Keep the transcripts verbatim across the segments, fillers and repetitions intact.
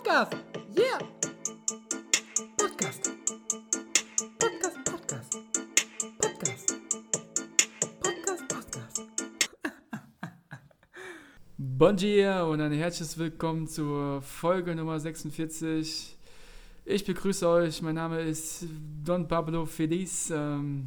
Podcast. Yeah. Podcast. Podcast, Podcast. Podcast. Podcast, Podcast. Bon dia und ein herzliches Willkommen zur Folge Nummer sechsundvierzig. Ich begrüße euch, mein Name ist Don Pablo Feliz. Ähm,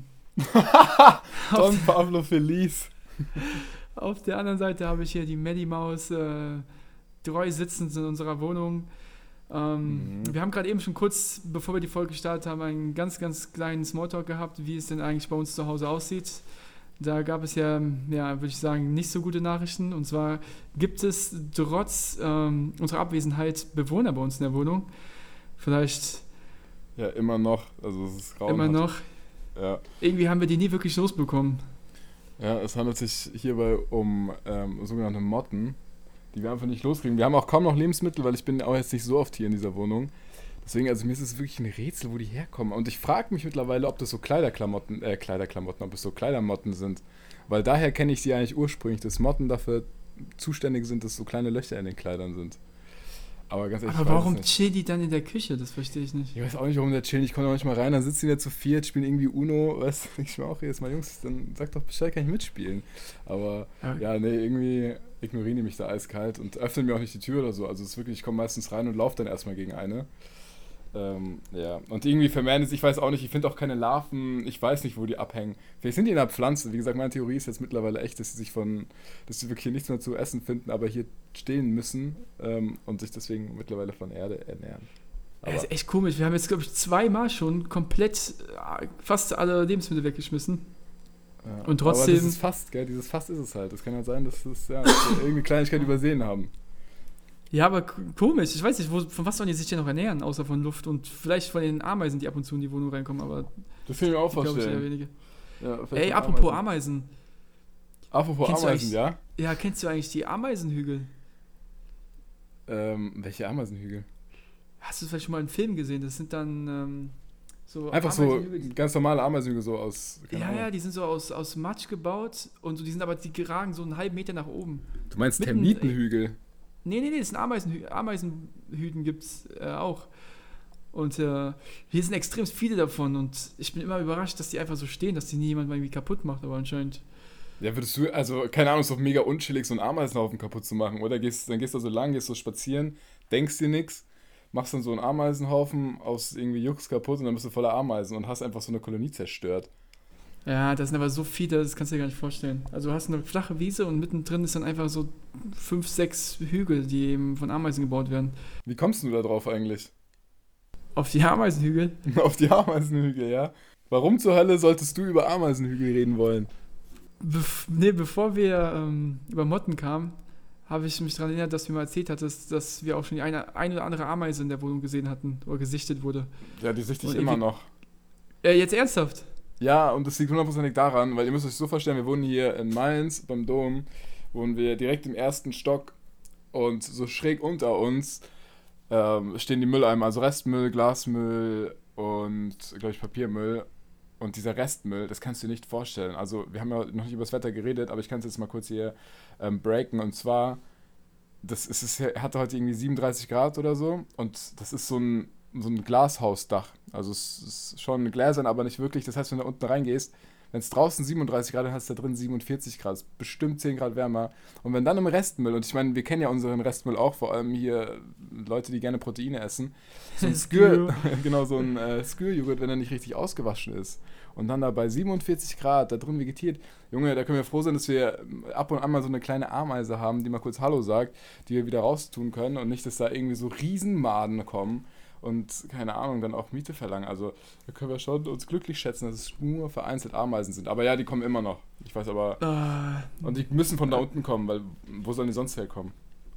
Don Pablo Feliz. Auf der anderen Seite habe ich hier die Maddie Maus, äh, treu sitzend in unserer Wohnung. Ähm, mhm. Wir haben gerade eben schon kurz, bevor wir die Folge gestartet haben, einen ganz, ganz kleinen Smalltalk gehabt, wie es denn eigentlich bei uns zu Hause aussieht. Da gab es ja, ja, würde ich sagen, nicht so gute Nachrichten. Und zwar gibt es trotz ähm, unserer Abwesenheit Bewohner bei uns in der Wohnung. Vielleicht... Ja, immer noch. Also es ist grauenhaft. Immer noch. Ja. Irgendwie haben wir die nie wirklich losbekommen. Ja, es handelt sich hierbei um ähm, sogenannte Motten, die wir einfach nicht loskriegen. Wir haben auch kaum noch Lebensmittel, weil ich bin auch jetzt nicht so oft hier in dieser Wohnung. Deswegen, also mir ist es wirklich ein Rätsel, wo die herkommen. Und ich frage mich mittlerweile, ob das so Kleiderklamotten, äh, Kleiderklamotten, ob es so Kleidermotten sind. Weil daher kenne ich sie eigentlich ursprünglich, dass Motten dafür zuständig sind, dass so kleine Löcher in den Kleidern sind. Aber ganz ehrlich, Aber warum chillen die dann in der Küche? Das verstehe ich nicht. Ich weiß auch nicht, warum der chillen. Ich komme da manchmal rein, dann sitzen die da zu viert, spielen irgendwie Uno. Weißt du, ich mir auch jedes Mal, Jungs, dann sag doch Bescheid, kann ich mitspielen. Aber okay. ja, nee, irgendwie ignorieren die mich da eiskalt und öffnen mir auch nicht die Tür oder so. Also es ist wirklich, ich komme meistens rein und laufe dann erstmal gegen eine. Ähm, ja, und irgendwie vermehren es, ich weiß auch nicht, ich finde auch keine Larven, ich weiß nicht, wo die abhängen. Vielleicht sind die in der Pflanze. Wie gesagt, meine Theorie ist jetzt mittlerweile echt, dass sie sich von, dass sie wirklich hier nichts mehr zu essen finden, aber hier stehen müssen ähm, und sich deswegen mittlerweile von Erde ernähren. Aber das ist echt komisch. Wir haben jetzt, glaube ich, zweimal schon komplett fast alle Lebensmittel weggeschmissen. Ja, und trotzdem... Aber das ist fast, gell, dieses Fast ist es halt. Das kann ja sein, dass, das, ja, dass wir irgendwie Kleinigkeit übersehen haben. Ja, aber komisch. Ich weiß nicht, wo, von was sollen die sich denn noch ernähren, außer von Luft und vielleicht von den Ameisen, die ab und zu in die Wohnung reinkommen, aber... Das kann ich mir auch vorstellen. Eher wenige. Ja, Ey, apropos Ameisen. Ameisen. Apropos kennst Ameisen, ja? Ja, kennst du eigentlich die Ameisenhügel? Ähm, welche Ameisenhügel? Hast du vielleicht schon mal einen Film gesehen? Das sind dann ähm, so Einfach so ganz normale Ameisenhügel so aus... Ja, Ahnung. ja, die sind so aus, aus Matsch gebaut und so, die sind aber, die ragen so einen halben Meter nach oben. Du meinst Mitten, Termitenhügel? Nee, nee, nee, das sind Ameisenhü- Ameisenhüten gibt's äh, auch. Und äh, hier sind extrem viele davon und ich bin immer überrascht, dass die einfach so stehen, dass die nie jemand mal irgendwie kaputt macht, aber anscheinend... Ja, würdest du, also keine Ahnung, ist doch mega unchillig, so einen Ameisenhaufen kaputt zu machen, oder? Gehst, dann gehst du so lang, gehst so spazieren, denkst dir nichts, machst dann so einen Ameisenhaufen aus irgendwie Jux kaputt und dann bist du voller Ameisen und hast einfach so eine Kolonie zerstört. Ja, das sind aber so viele, das kannst du dir gar nicht vorstellen. Also du hast eine flache Wiese und mittendrin ist dann einfach so fünf, sechs Hügel, die eben von Ameisen gebaut werden. Wie kommst du da drauf eigentlich? Auf die Ameisenhügel? Auf die Ameisenhügel, ja. Warum zur Hölle solltest du über Ameisenhügel reden wollen? Bef- nee, bevor wir ähm, über Motten kamen, habe ich mich daran erinnert, dass du mir mal erzählt hattest, dass wir auch schon die eine, eine oder andere Ameise in der Wohnung gesehen hatten oder gesichtet wurde. Ja, die sichte ich und immer noch. Äh, jetzt ernsthaft? Ja, und das liegt hundertprozentig daran, weil ihr müsst euch so vorstellen, wir wohnen hier in Mainz beim Dom, wohnen wir direkt im ersten Stock und so schräg unter uns ähm, stehen die Mülleimer, also Restmüll, Glasmüll und, glaube ich, Papiermüll. Und dieser Restmüll, das kannst du dir nicht vorstellen. Also wir haben ja noch nicht über das Wetter geredet, aber ich kann es jetzt mal kurz hier ähm, breaken. Und zwar, das ist, es hatte heute irgendwie siebenunddreißig Grad oder so und das ist so ein so ein Glashausdach. Also es ist schon gläsern, aber nicht wirklich. Das heißt, wenn du da unten reingehst, wenn es draußen siebenunddreißig Grad ist, hast du da drin siebenundvierzig Grad. Das ist bestimmt zehn Grad wärmer. Und wenn dann im Restmüll, und ich meine, wir kennen ja unseren Restmüll auch, vor allem hier Leute, die gerne Proteine essen, so ein Skür, genau, so ein äh, Skür-Joghurt, wenn er nicht richtig ausgewaschen ist und dann da bei siebenundvierzig Grad da drin vegetiert, Junge, da können wir froh sein, dass wir ab und an mal so eine kleine Ameise haben, die mal kurz Hallo sagt, die wir wieder raustun können und nicht, dass da irgendwie so Riesenmaden kommen und, keine Ahnung, dann auch Miete verlangen. Also da können wir schon uns glücklich schätzen, dass es nur vereinzelt Ameisen sind. Aber ja, die kommen immer noch. Ich weiß aber... Uh, und die müssen von da unten kommen, weil wo sollen die sonst herkommen?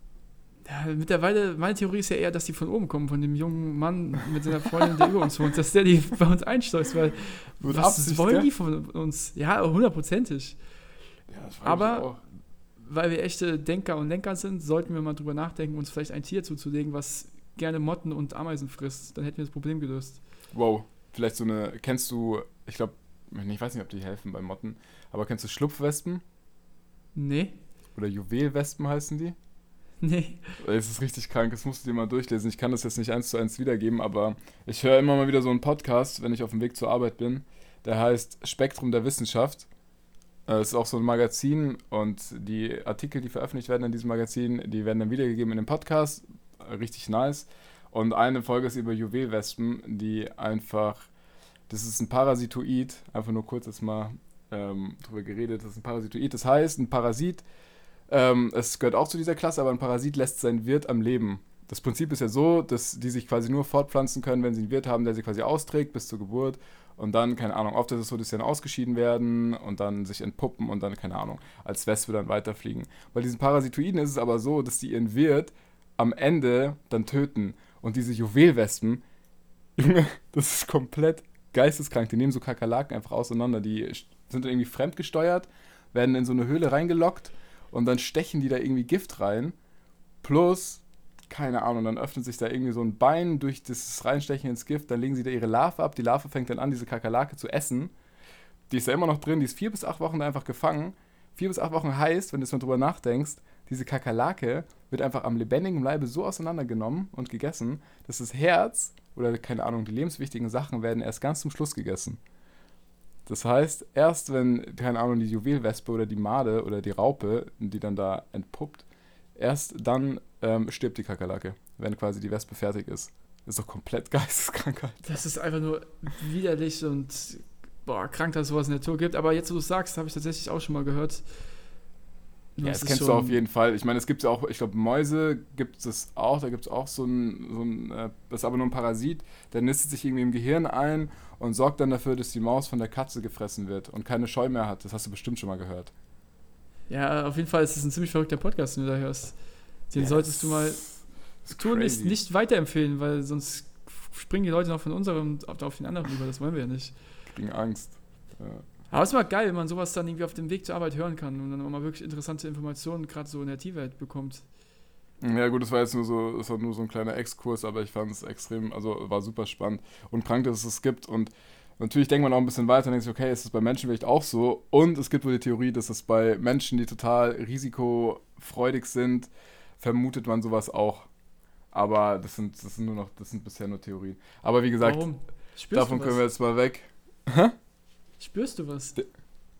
Ja, mittlerweile, meine Theorie ist ja eher, dass die von oben kommen, von dem jungen Mann mit seiner Freundin, der über uns wohnt, dass der die bei uns einschleust, weil Mit was Absicht, wollen gell? die von uns? Ja, hundertprozentig. Ja, das aber ich auch. Weil wir echte Denker und Lenker sind, sollten wir mal drüber nachdenken, uns vielleicht ein Tier zuzulegen, was gerne Motten und Ameisen frisst. Dann hätten wir das Problem gelöst. Wow, vielleicht so eine, kennst du, ich glaube, ich weiß nicht, ob die helfen bei Motten, aber kennst du Schlupfwespen? Nee. Oder Juwelwespen heißen die? Nee. Es ist richtig krank, das musst du dir mal durchlesen. Ich kann das jetzt nicht eins zu eins wiedergeben, aber ich höre immer mal wieder so einen Podcast, wenn ich auf dem Weg zur Arbeit bin. Der heißt Spektrum der Wissenschaft. Es ist auch so ein Magazin und die Artikel, die veröffentlicht werden in diesem Magazin, die werden dann wiedergegeben in dem Podcast. Richtig nice. Und eine Folge ist über Juwelwespen, die einfach, das ist ein Parasitoid, einfach nur kurz jetzt mal ähm, drüber geredet, das ist ein Parasitoid. Das heißt, ein Parasit, ähm, es gehört auch zu dieser Klasse, aber ein Parasit lässt seinen Wirt am Leben. Das Prinzip ist ja so, dass die sich quasi nur fortpflanzen können, wenn sie einen Wirt haben, der sie quasi austrägt bis zur Geburt. Und dann, keine Ahnung, oft ist es so, dass sie dann ausgeschieden werden und dann sich entpuppen und dann, keine Ahnung, als Wespe dann weiterfliegen. Bei diesen Parasitoiden ist es aber so, dass die ihren Wirt am Ende dann töten. Und diese Juwelwespen, Junge, das ist komplett geisteskrank. Die nehmen so Kakerlaken einfach auseinander. Die sind irgendwie fremdgesteuert, werden in so eine Höhle reingelockt und dann stechen die da irgendwie Gift rein. Plus, keine Ahnung, dann öffnet sich da irgendwie so ein Bein durch das Reinstechen ins Gift. Dann legen sie da ihre Larve ab. Die Larve fängt dann an, diese Kakerlake zu essen. Die ist da immer noch drin. Die ist vier bis acht Wochen da einfach gefangen. Vier bis acht Wochen heißt, wenn du jetzt mal drüber nachdenkst, diese Kakerlake wird einfach am lebendigen Leibe so auseinandergenommen und gegessen, dass das Herz oder, keine Ahnung, die lebenswichtigen Sachen werden erst ganz zum Schluss gegessen. Das heißt, erst wenn, keine Ahnung, die Juwelwespe oder die Made oder die Raupe, die dann da entpuppt, erst dann ähm, stirbt die Kakerlake, wenn quasi die Wespe fertig ist. Das ist doch komplett geisteskrank, Alter. Das ist einfach nur widerlich und boah, krank, dass es sowas in der Natur gibt. Aber jetzt, wo du es sagst, habe ich tatsächlich auch schon mal gehört. Ja, das kennst du auf jeden Fall. Ich meine, es gibt ja auch, ich glaube, Mäuse gibt es auch, da gibt es auch so ein, so ein äh, das ist aber nur ein Parasit, der nistet sich irgendwie im Gehirn ein und sorgt dann dafür, dass die Maus von der Katze gefressen wird und keine Scheu mehr hat. Das hast du bestimmt schon mal gehört. Ja, auf jeden Fall ist es ein ziemlich verrückter Podcast, den du da hörst. Den yes. solltest du mal tun, ist nicht weiterempfehlen, weil sonst springen die Leute noch von unserem auf den anderen rüber. Das wollen wir ja nicht. Kriegen Angst. Ja. Aber es ist mal geil, wenn man sowas dann irgendwie auf dem Weg zur Arbeit hören kann und dann auch mal wirklich interessante Informationen gerade so in der Tierwelt bekommt. Ja gut, das war jetzt nur so, das war nur so ein kleiner Exkurs, aber ich fand es extrem, also war super spannend und krank, dass es es gibt. Und natürlich denkt man auch ein bisschen weiter und denkt sich, okay, ist das bei Menschen vielleicht auch so? Und es gibt wohl die Theorie, dass es bei Menschen, die total risikofreudig sind, vermutet man sowas auch. Aber das sind, das sind nur noch, das sind bisher nur Theorien. Aber wie gesagt, davon können wir jetzt mal weg. Hä? Spürst du was? D-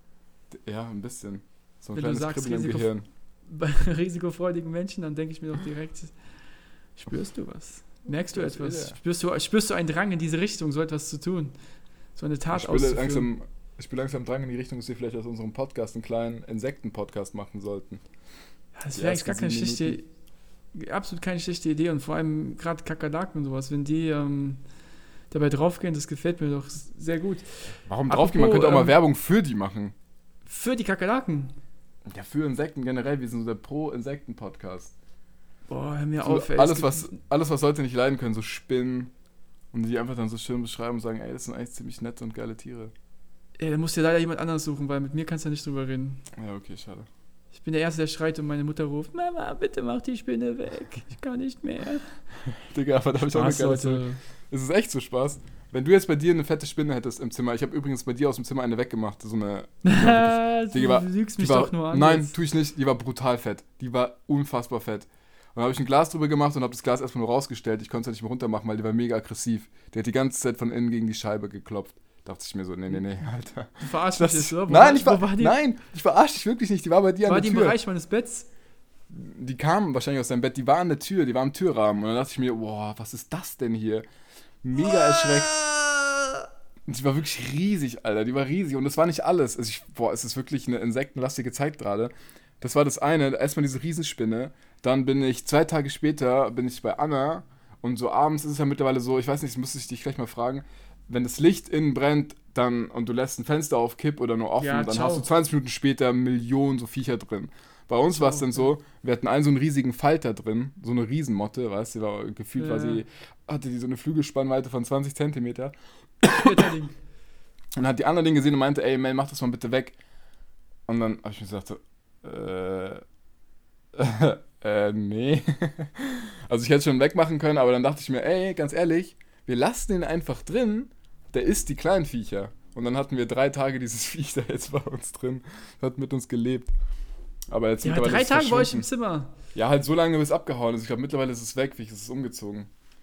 d- ja, ein bisschen. So ein Wenn kleines du sagst, Kribbeln im Risiko- Gehirn. Bei risikofreudigen Menschen, dann denke ich mir doch direkt, spürst du was? Merkst du das etwas? Spürst du, spürst du einen Drang in diese Richtung, so etwas zu tun? So eine Tat ich auszuführen? Langsam, ich spüre langsam Drang in die Richtung, dass wir vielleicht aus unserem Podcast einen kleinen Insekten-Podcast machen sollten. Das wäre eigentlich gar keine schlechte, absolut keine schlechte Idee und vor allem gerade Kakerlaken und sowas, wenn die ähm, dabei draufgehen, das gefällt mir doch sehr gut. Warum draufgehen? Man könnte auch mal ähm, Werbung für die machen. Für die Kakerlaken? Ja, für Insekten generell. Wir sind so der Pro-Insekten-Podcast. Boah, hör mir so auf, ey. Alles was, alles, was Leute nicht leiden können, so Spinnen. Und die einfach dann so schön beschreiben und sagen, ey, das sind eigentlich ziemlich nette und geile Tiere. Ey, da musst du ja leider jemand anderes suchen, weil mit mir kannst du ja nicht drüber reden. Ja, okay, schade. Ich bin der Erste, der schreit und meine Mutter ruft, Mama, bitte mach die Spinne weg. Ich kann nicht mehr. Digga, aber da hab ich auch eine geile Story. Es ist echt so Spaß. Wenn du jetzt bei dir eine fette Spinne hättest im Zimmer, ich habe übrigens bei dir aus dem Zimmer eine weggemacht, so eine... Die war wirklich, die war, du lügst mich die war, doch nur an. Nein, tue ich nicht, die war brutal fett. Die war unfassbar fett. Und dann habe ich ein Glas drüber gemacht und habe das Glas erstmal nur rausgestellt. Ich konnte es ja nicht mehr runter machen, weil die war mega aggressiv. Die hat die ganze Zeit von innen gegen die Scheibe geklopft. Da dachte ich mir so, nee, nee, nee, Alter. Du verarschst mich jetzt, oder? Wo nein, war, ich war, war die? nein, ich verarsche dich wirklich nicht. Die war bei dir war an der Tür. War die im Bereich meines Betts? Die kam wahrscheinlich aus deinem Bett. Die war an der Tür, die war am Türrahmen. Und dann dachte ich mir, boah, was ist das denn hier? Mega erschreckt. Und die war wirklich riesig, Alter. Die war riesig. Und das war nicht alles. Also ich, boah, es ist wirklich eine insektenlastige Zeit gerade. Das war das eine. Erstmal diese Riesenspinne. Dann bin ich, zwei Tage später, bin ich bei Anna. Und so abends ist es ja mittlerweile so, ich weiß nicht, das müsste ich dich gleich mal fragen. Wenn das Licht innen brennt dann und du lässt ein Fenster auf Kipp oder nur offen, ja, dann hast du zwanzig Minuten später Millionen so Viecher drin. Bei uns war es dann so, wir hatten einen so einen riesigen Falter drin, so eine Riesenmotte, weißt du, war gefühlt ja. war sie, hatte die so eine Flügelspannweite von zwanzig Zentimeter. Und dann hat die andere den gesehen und meinte, ey Mel, mach das mal bitte weg. Und dann habe ich mir gesagt, so, äh, äh, nee. Also ich hätte es schon wegmachen können, aber dann dachte ich mir, ey, ganz ehrlich, wir lassen den einfach drin, der isst die kleinen Viecher. Und dann hatten wir drei Tage dieses Viech da jetzt bei uns drin, hat mit uns gelebt. Aber jetzt Ja, mittlerweile drei ist es Tage war ich im verschwunden. Zimmer. Ja, halt so lange, bis es abgehauen ist. Ich glaube, mittlerweile ist es weg, wie ich es ist umgezogen.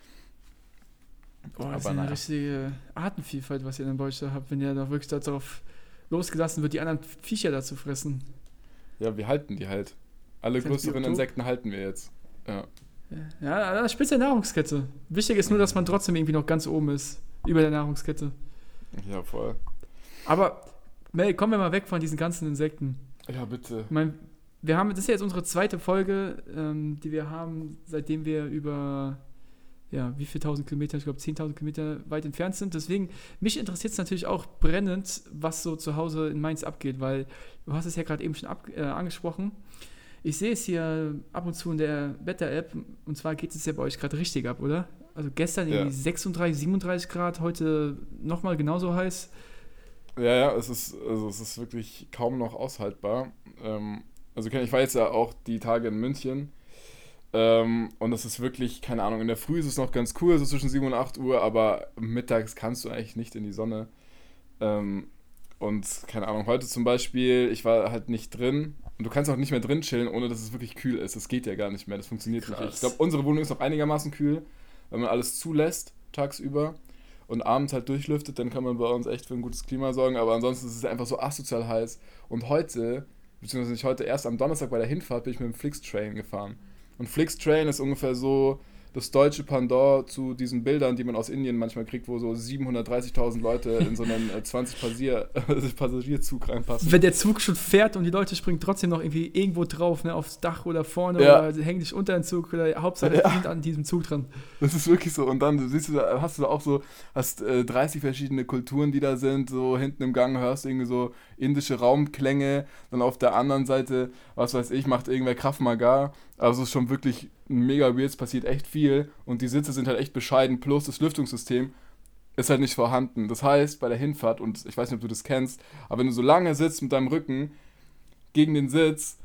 Boah, das Aber ist ja eine naja. richtige Artenvielfalt, was ihr dann bei euch da habt, wenn ihr da wirklich darauf losgelassen wird, die anderen Viecher da zu fressen. Ja, wir halten die halt. Alle Kleines größeren Biotop. Insekten halten wir jetzt. Ja. Ja, das spielt ja Nahrungskette. Wichtig ist nur, dass man trotzdem irgendwie noch ganz oben ist, über der Nahrungskette. Ja, voll. Aber, Mel, kommen wir mal weg von diesen ganzen Insekten. Ja, bitte. Ich meine, wir haben, das ist ja jetzt unsere zweite Folge, ähm, die wir haben, seitdem wir über, ja, wie viel tausend Kilometer, ich glaube zehntausend Kilometer weit entfernt sind. Deswegen, mich interessiert es natürlich auch brennend, was so zu Hause in Mainz abgeht, weil du hast es ja gerade eben schon ab, äh, angesprochen. Ich sehe es hier ab und zu in der Wetter-App, und zwar geht es ja bei euch gerade richtig ab, oder? Also gestern irgendwie Ja. sechsunddreißig, siebenunddreißig Grad, heute nochmal genauso heiß. Ja, ja, es ist, also es ist wirklich kaum noch aushaltbar. Ähm, also ich war jetzt ja auch die Tage in München. Ähm, und das ist wirklich, keine Ahnung, in der Früh ist es noch ganz cool, so zwischen sieben und acht Uhr, aber mittags kannst du eigentlich nicht in die Sonne. Ähm, und keine Ahnung, heute zum Beispiel, ich war halt nicht drin. Und du kannst auch nicht mehr drin chillen, ohne dass es wirklich kühl ist. Das geht ja gar nicht mehr, das funktioniert Krass. nicht. Ich glaube, unsere Wohnung ist noch einigermaßen kühl, wenn man alles zulässt, tagsüber. Und abends halt durchlüftet, dann kann man bei uns echt für ein gutes Klima sorgen. Aber ansonsten ist es einfach so asozial heiß. Und heute, beziehungsweise nicht heute, erst am Donnerstag bei der Hinfahrt bin ich mit dem Flixtrain gefahren. Und Flixtrain ist ungefähr so das deutsche Pendant zu diesen Bildern, die man aus Indien manchmal kriegt, wo so siebenhundertdreißigtausend Leute in so einen äh, zwanzig Passier- Passagierzug reinpassen. Wenn der Zug schon fährt und die Leute springen trotzdem noch irgendwie irgendwo drauf, ne, aufs Dach oder vorne Ja. oder hängen dich unter den Zug oder Hauptsache Ja. die sind an diesem Zug dran. Das ist wirklich so. Und dann siehst du, da hast du da auch so, hast äh, dreißig verschiedene Kulturen, die da sind. So hinten im Gang hörst du irgendwie so indische Raumklänge. Dann auf der anderen Seite, was weiß ich, macht irgendwer Krav Maga. Also es ist schon wirklich mega weird, es passiert echt viel. Und die Sitze sind halt echt bescheiden. Plus das Lüftungssystem ist halt nicht vorhanden. Das heißt, bei der Hinfahrt, und ich weiß nicht, ob du das kennst, aber wenn du so lange sitzt mit deinem Rücken gegen den Sitz,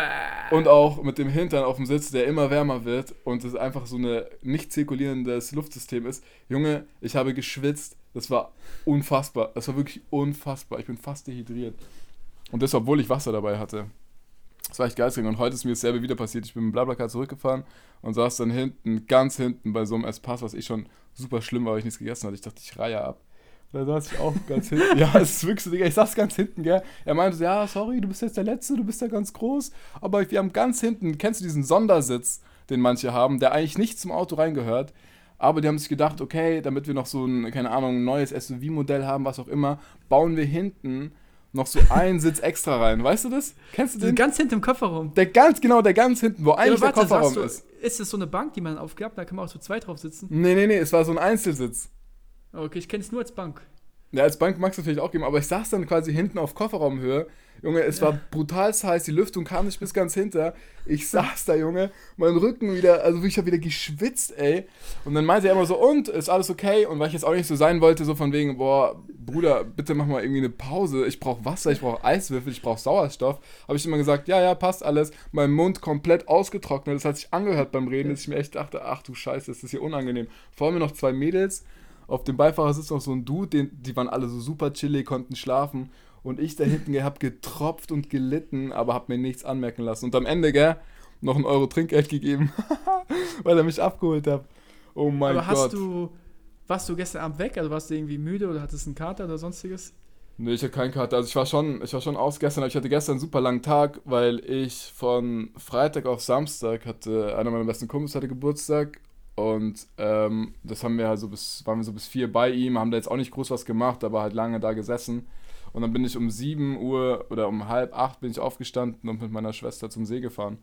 und auch mit dem Hintern auf dem Sitz, der immer wärmer wird und es einfach so ein nicht zirkulierendes Luftsystem ist. Junge, ich habe geschwitzt. Das war unfassbar. Das war wirklich unfassbar. Ich bin fast dehydriert. Und das, obwohl ich Wasser dabei hatte. Das war echt geistig. Und heute ist mir dasselbe wieder passiert. Ich bin mit dem BlaBlaCar zurückgefahren und saß dann hinten, ganz hinten bei so einem Espresso, was ich schon super schlimm war, weil ich nichts gegessen hatte. Ich dachte, ich reihe ab. Da saß ich auch ganz hinten. Ja, es ist wirklich so, Digga, ich saß ganz hinten, gell. Er meinte so, ja, sorry, du bist jetzt der Letzte, du bist ja ganz groß. Aber wir haben ganz hinten, kennst du diesen Sondersitz, den manche haben, der eigentlich nicht zum Auto reingehört. Aber die haben sich gedacht, okay, damit wir noch so ein, keine Ahnung, ein neues S U V-Modell haben, was auch immer, bauen wir hinten noch so einen Sitz extra rein. Weißt du das? Kennst du Die sind den? ganz hinten im Kofferraum. Der ganz, genau, der ganz hinten, wo eigentlich Ja, aber der Kofferraum sagst du, ist. Ist das so eine Bank, die man aufklappt? Da kann man auch so zwei drauf sitzen. Nee, nee, nee, es war so ein Einzelsitz. Okay, ich kenne es nur als Bank. Ja, als Bank magst du vielleicht auch geben, aber ich saß dann quasi hinten auf Kofferraumhöhe. Junge, es war brutal heiß, die Lüftung kam nicht bis ganz hinter. Ich saß da, Junge, mein Rücken wieder, also ich habe wieder geschwitzt, ey. Und dann meinte er immer so, und, ist alles okay? Und weil ich jetzt auch nicht so sein wollte, so von wegen, boah, Bruder, bitte mach mal irgendwie eine Pause. Ich brauche Wasser, ich brauche Eiswürfel, ich brauche Sauerstoff. Habe ich immer gesagt, ja, ja, passt alles. Mein Mund komplett ausgetrocknet. Das hat sich angehört beim Reden, dass ich mir echt dachte, ach du Scheiße, ist das hier unangenehm. Vor mir noch zwei Mädels. Auf dem Beifahrersitz noch so ein Dude, den, die waren alle so super chillig, konnten schlafen. Und ich da hinten hab getropft und gelitten, aber hab mir nichts anmerken lassen. Und am Ende, gell, noch einen Euro Trinkgeld gegeben, weil er mich abgeholt hat. Oh mein aber Gott. hast du, warst du gestern Abend weg? Also warst du irgendwie müde oder hattest einen Kater oder sonstiges? Nee, ich hatte keinen Kater. Also ich war schon, ich war schon aus gestern, aber ich hatte gestern einen super langen Tag, weil ich von Freitag auf Samstag hatte, einer meiner besten Kumpels hatte Geburtstag. Und ähm, das haben wir halt so bis, waren wir so bis vier bei ihm, haben da jetzt auch nicht groß was gemacht, aber halt lange da gesessen. Und dann bin ich um sieben Uhr oder um halb acht bin ich aufgestanden und mit meiner Schwester zum See gefahren.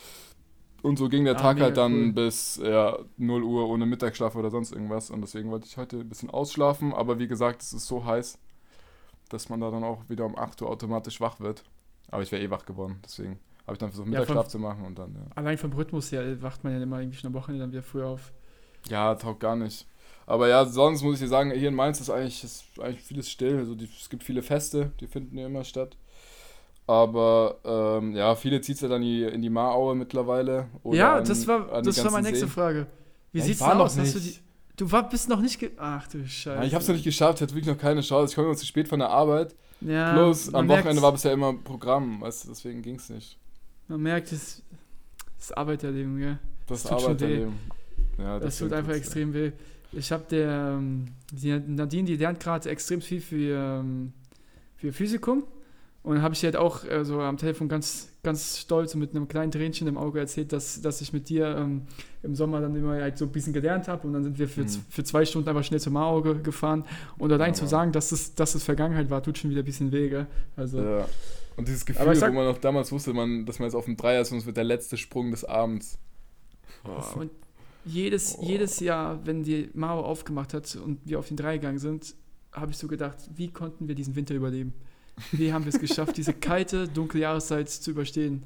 Und so ging der Ah, Tag mega halt dann cool. bis ja, null Uhr ohne Mittagsschlaf oder sonst irgendwas. Und deswegen wollte ich heute ein bisschen ausschlafen. Aber wie gesagt, es ist so heiß, dass man da dann auch wieder um acht Uhr automatisch wach wird. Aber ich wäre eh wach geworden, deswegen habe ich dann versucht, Ja, Mittagsschlaf von- zu machen und dann, ja. Allein vom Rhythmus her wacht man ja immer irgendwie schon am Wochenende dann wieder früh auf. Ja, taugt gar nicht. Aber ja, sonst muss ich dir sagen, hier in Mainz ist eigentlich, ist eigentlich vieles still. Also die, es gibt viele Feste, die finden ja immer statt. Aber ähm, ja, viele zieht es ja dann in die, in die Maraue mittlerweile. Oder ja, an, das war, an die das war meine ganzen nächste Seen. Frage. Wie Ja, ich sieht's war denn noch aus? Hast du, nicht. die, du war, bist noch nicht... Ge Ach du Scheiße. Ja, ich habe es noch nicht geschafft, ich hatte wirklich noch keine Chance. Ich komme immer zu spät von der Arbeit. Ja, Plus, man am merkt's. Wochenende war bisher immer Programm, weißt du, deswegen ging es nicht. Man merkt, es das Arbeiterleben, gell? Das, das tut schon weh. Arbeiterleben. Ja, Das tut einfach extrem weh. Ich habe der, ähm, die Nadine, die lernt gerade extrem viel für, ähm, für Physikum. Und dann habe ich ihr halt auch äh, so am Telefon ganz, ganz stolz und mit einem kleinen Tränchen im Auge erzählt, dass, dass ich mit dir ähm, im Sommer dann immer halt so ein bisschen gelernt habe. Und dann sind wir für, Mhm. für zwei Stunden einfach schnell zum Mao ge- gefahren. Und allein Ja, zu Mann. sagen, dass es, dass es Vergangenheit war, tut schon wieder ein bisschen weh, gell? Also, Ja. Und dieses Aber Gefühl, ich sag- wo man noch damals wusste, man, dass man jetzt auf dem Dreier ist und es wird der letzte Sprung des Abends. boah, und jedes, Oh. jedes Jahr, wenn die Mao aufgemacht hat und wir auf den Drei gegangen sind, habe ich so gedacht, wie konnten wir diesen Winter überleben? Wie haben wir es geschafft, diese kalte, dunkle Jahreszeit zu überstehen?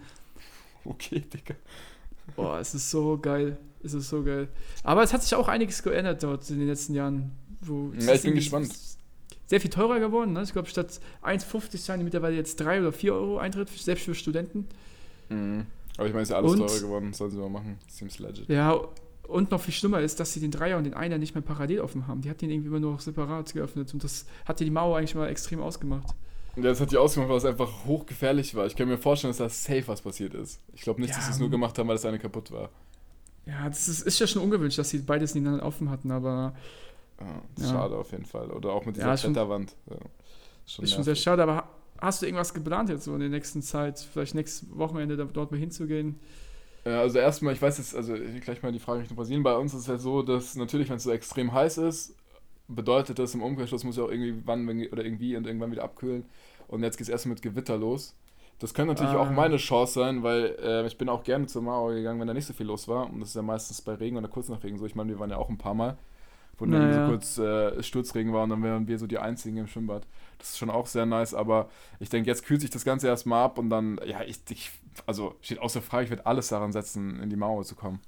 Okay, Digga. Boah, es ist so geil. Es ist so geil. Aber es hat sich auch einiges geändert dort in den letzten Jahren. Wo es Ja, ich ist bin irgendwie gespannt. Sehr viel teurer geworden. Ne? Ich glaube, statt eins fünfzig zahlen die mittlerweile jetzt drei oder vier Euro Eintritt, selbst für Studenten. Mhm. Aber ich meine, ist ja alles Und- teurer geworden. Sollen sie mal machen. Seems legit. Ja, und noch viel schlimmer ist, dass sie den Dreier und den Einer nicht mehr parallel offen haben. Die hat den irgendwie immer nur noch separat geöffnet. Und das hatte die Mauer eigentlich mal extrem ausgemacht. Ja, das hat die ausgemacht, weil es einfach hochgefährlich war. Ich kann mir vorstellen, dass da safe was passiert ist. Ich glaube nicht, Ja, dass sie es nur gemacht haben, weil das eine kaputt war. Ja, das ist, ist ja schon ungewöhnlich, dass sie beides nebeneinander offen hatten, aber Ja, das ist Ja. schade auf jeden Fall. Oder auch mit dieser Ja, ist schon- Kletterwand. Ja. Schon ist schon sehr nervig. schade. Aber ha- hast du irgendwas geplant jetzt so in der nächsten Zeit? Vielleicht nächstes Wochenende da, dort mal hinzugehen? Ja, also erstmal, ich weiß jetzt, also gleich mal die Frage Richtung Brasilien. Bei uns ist es ja so, dass natürlich, wenn es so extrem heiß ist, bedeutet das im Umkehrschluss, muss ja auch irgendwie wann wenn- oder irgendwie und irgendwann wieder abkühlen. Und jetzt geht es erst mit Gewitter los. Das könnte natürlich Ah. auch meine Chance sein, weil äh, ich bin auch gerne zur Mauer gegangen, wenn da nicht so viel los war. Und das ist ja meistens bei Regen oder kurz nach Regen so. Ich meine, wir waren ja auch ein paar Mal, wo dann Naja. so kurz äh, Sturzregen war und dann wären wir so die Einzigen im Schwimmbad. Das ist schon auch sehr nice, aber ich denke, jetzt kühlt sich das Ganze erstmal ab und dann, ja, ich, ich also steht außer Frage, ich werde alles daran setzen, in die Mauer zu kommen.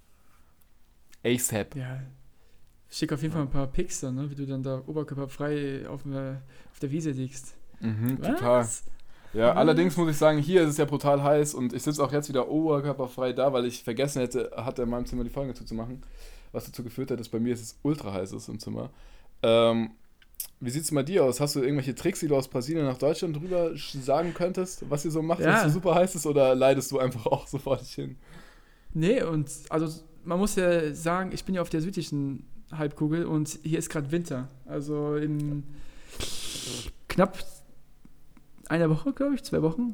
ASAP. Ja. Schick auf jeden Fall ein paar Pics dann, ne? Wie du dann da oberkörperfrei auf der, auf der Wiese liegst. Mhm, total. Ja, Was? allerdings muss ich sagen, hier ist es ja brutal heiß und ich sitze auch jetzt wieder oberkörperfrei da, weil ich vergessen hätte, hatte in meinem Zimmer die Folge zuzumachen, was dazu geführt hat, dass bei mir es ultra heiß ist im Zimmer. Ähm, wie sieht es bei dir aus? Hast du irgendwelche Tricks, die du aus Brasilien nach Deutschland drüber sch- sagen könntest, was ihr so macht, wenn Ja. es so super heiß ist, oder leidest du einfach auch so vor dich hin? Nee, und also man muss ja sagen, ich bin ja auf der südlichen Halbkugel und hier ist gerade Winter. Also in knapp einer Woche, glaube ich, zwei Wochen.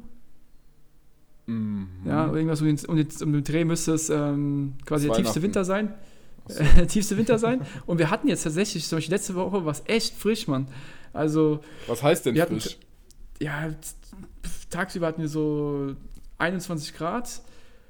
Mhm. Ja, irgendwas um den, um den, um den Dreh müsste es ähm, quasi der tiefste Weihnachten. Winter sein. Achso. Der tiefste Winter sein. Und wir hatten jetzt tatsächlich, zum Beispiel letzte Woche war es echt frisch, Mann. Also, Was heißt denn Wir hatten- frisch? ja, t- tagsüber hatten wir so einundzwanzig Grad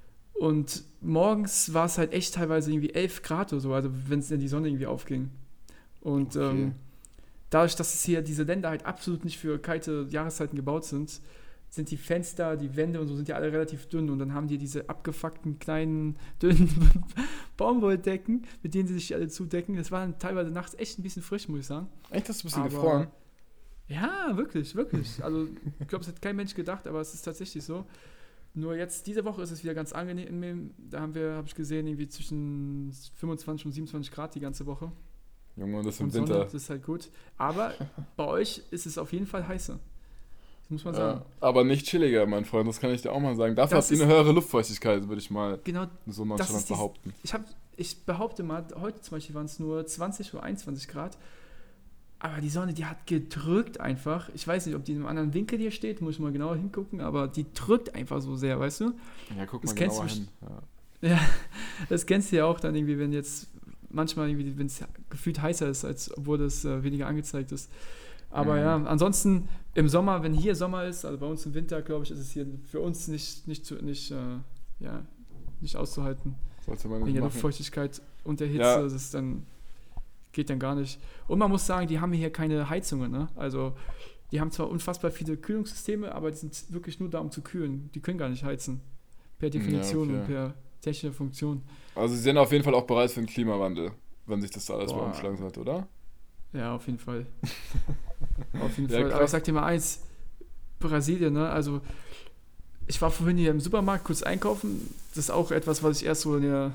und morgens war es halt echt teilweise irgendwie elf Grad oder so, also wenn es in die Sonne irgendwie aufging. Und Okay. ähm, dadurch, dass es hier diese Länder halt absolut nicht für kalte Jahreszeiten gebaut sind, sind die Fenster, die Wände und so sind ja alle relativ dünn und dann haben die diese abgefuckten kleinen, dünnen Baumwolldecken, mit denen sie sich alle zudecken. Das war dann teilweise nachts echt ein bisschen frisch, muss ich sagen. Echt, hast du ein bisschen Aber- gefroren? Ja, wirklich, wirklich. Also ich glaube, es hat kein Mensch gedacht, aber es ist tatsächlich so. Nur jetzt, diese Woche ist es wieder ganz angenehm. Da haben wir, habe ich gesehen, irgendwie zwischen fünfundzwanzig und siebenundzwanzig Grad die ganze Woche. Junge, das im Und Sonne, Winter. das ist halt gut. Aber bei euch ist es auf jeden Fall heißer. Das muss man sagen. Ja, aber nicht chilliger, mein Freund, das kann ich dir auch mal sagen. Dafür Das habt ihr ist- eine höhere Luftfeuchtigkeit, würde ich mal Genau, so Das nonchalant ist dies- behaupten. ich, hab, ich behaupte mal, heute zum Beispiel waren es nur zwanzig oder einundzwanzig Grad. Aber die Sonne, die hat gedrückt einfach. Ich weiß nicht, ob die in einem anderen Winkel hier steht, muss ich mal genauer hingucken, aber die drückt einfach so sehr, weißt du? Ja, guck das mal kennst genauer du hin. Ja. Ja, das kennst du ja auch dann irgendwie, wenn jetzt manchmal irgendwie, wenn es gefühlt heißer ist, als obwohl das äh, weniger angezeigt ist. Aber Mhm. ja, ansonsten im Sommer, wenn hier Sommer ist, also bei uns im Winter, glaube ich, ist es hier für uns nicht, nicht, zu, nicht, äh, ja, nicht auszuhalten. Sollte man Wegen nicht der machen. Luftfeuchtigkeit und der Hitze, Ja. das ist dann, geht dann gar nicht. Und man muss sagen, die haben hier keine Heizungen, ne? Also die haben zwar unfassbar viele Kühlungssysteme, aber die sind wirklich nur da, um zu kühlen. Die können gar nicht heizen. Per Definition okay. und per technischer Funktion. Also sie sind auf jeden Fall auch bereit für den Klimawandel, wenn sich das da alles mal Boah. umschlagen sollte, oder? Ja, auf jeden Fall. Auf jeden Ja, Fall. Aber krass. ich sag dir mal eins, Brasilien, ne? Also ich war vorhin hier im Supermarkt kurz einkaufen. Das ist auch etwas, was ich erst so in der,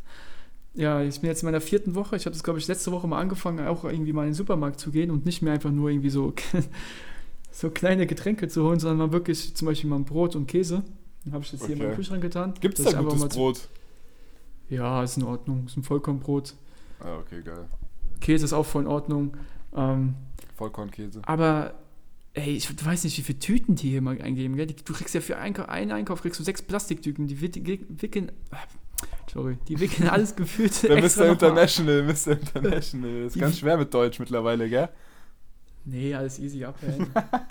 ja, ich bin jetzt in meiner vierten Woche. Ich habe das, glaube ich, letzte Woche mal angefangen, auch irgendwie mal in den Supermarkt zu gehen und nicht mehr einfach nur irgendwie so, so kleine Getränke zu holen, sondern mal wirklich zum Beispiel mal ein Brot und Käse. Den habe ich jetzt Okay. hier in meinen Kühlschrank getan. Gibt's dass da ich einfach gutes mal zu- Brot? Ja, ist in Ordnung. Ist ein Vollkornbrot. Ah, okay, geil. Käse ist auch voll in Ordnung. Ähm, Vollkornkäse. aber, ey, ich weiß nicht, wie viele Tüten die hier mal eingeben. Gell? Die, du kriegst ja für Einkauf, einen Einkauf kriegst du sechs Plastiktüten. Die wick- wick- wickeln. Sorry, die wickeln alles gefühlt. Der extra Mister noch mal- International, Mister International. Das ist Die- ganz schwer mit Deutsch mittlerweile, gell? Nee, alles easy abhängen.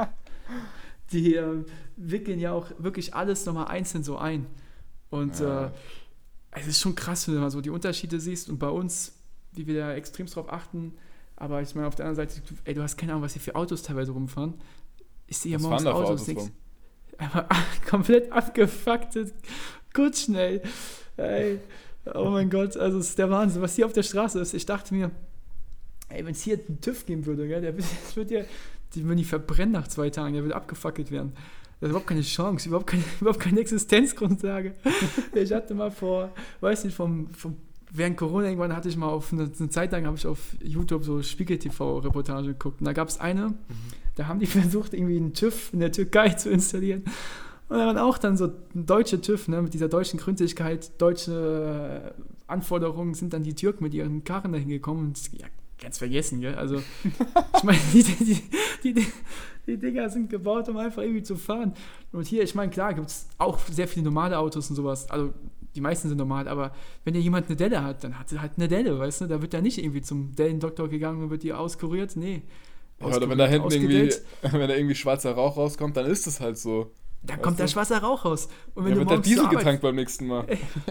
Die äh, wickeln ja auch wirklich alles nochmal einzeln so ein. Und Ja. äh, es ist schon krass, wenn du mal so die Unterschiede siehst. Und bei uns, wie wir da extrem drauf achten, aber ich meine, auf der anderen Seite, du, ey, du hast keine Ahnung, was hier für Autos teilweise rumfahren. Ich sehe ja Was morgens fahren da für Autos, Autos nix. rum? Einfach komplett abgefuckte Kutschen, ey. ey. Oh mein Gott, also es ist der Wahnsinn, was hier auf der Straße ist. Ich dachte mir, ey, wenn es hier einen TÜV geben würde, gell, der wird, das wird ja, die würden die verbrennen nach zwei Tagen, der würde abgefackelt werden. Das ist überhaupt keine Chance, überhaupt keine, überhaupt keine Existenzgrundlage. Ich hatte mal vor, weiß nicht, vom, vom während Corona irgendwann hatte ich mal auf eine, eine Zeit lang habe ich auf YouTube so Spiegel-T V-Reportage geguckt. Und da gab es eine, mhm. da haben die versucht, irgendwie einen TÜV in der Türkei zu installieren. Und da waren auch dann so deutsche TÜV, ne, mit dieser deutschen Gründlichkeit, deutsche äh, Anforderungen, sind dann die Türken mit ihren Karren dahin gekommen. Und ja, ganz vergessen, gell? Also, ich meine, die, die, die, die, die Dinger sind gebaut, um einfach irgendwie zu fahren. Und hier, ich meine, klar, gibt es auch sehr viele normale Autos und sowas. Also, die meisten sind normal, aber wenn ja jemand eine Delle hat, dann hat er halt eine Delle, weißt du? Da wird er nicht irgendwie zum Dellendoktor gegangen und wird die auskuriert. Nee. Ja, oder wenn da hinten irgendwie, wenn da irgendwie schwarzer Rauch rauskommt, dann ist es halt so. Da kommt der schwarzer Rauch raus. Und wenn ja, du wird der morgens Diesel zur Arbeit- getankt beim nächsten Mal.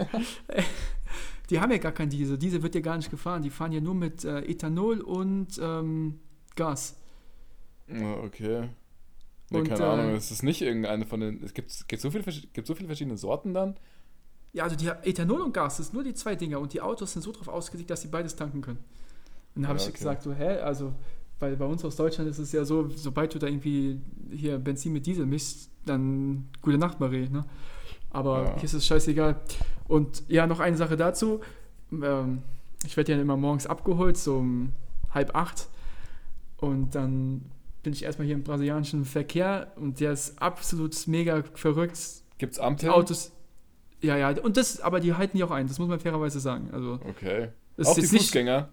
Die haben ja gar kein Diesel. Diesel wird ja gar nicht gefahren. Die fahren ja nur mit äh, Ethanol und ähm, Gas. Ja, okay. Nee, Und, keine äh, Ahnung, es ist nicht irgendeine von den. Es gibt, gibt, so viele, vers- gibt so viele verschiedene Sorten dann. Ja, also die Ethanol und Gas, das sind nur die zwei Dinger. Und die Autos sind so drauf ausgelegt, dass sie beides tanken können. Und dann habe Ja, ich okay. gesagt, so, hä? Also, weil bei uns aus Deutschland ist es ja so, sobald du da irgendwie hier Benzin mit Diesel mischst, dann gute Nacht, Marie, ne? Aber Ja. hier ist es scheißegal. Und ja, noch eine Sache dazu. Ähm, ich werde ja immer morgens abgeholt, so um halb acht. Und dann bin ich erstmal hier im brasilianischen Verkehr und der ist absolut mega verrückt. Gibt's Die Ampeln? Autos. Ja, ja, und das, aber die halten die auch ein, das muss man fairerweise sagen. Also, Okay. das Auch ist die jetzt nicht, Fußgänger?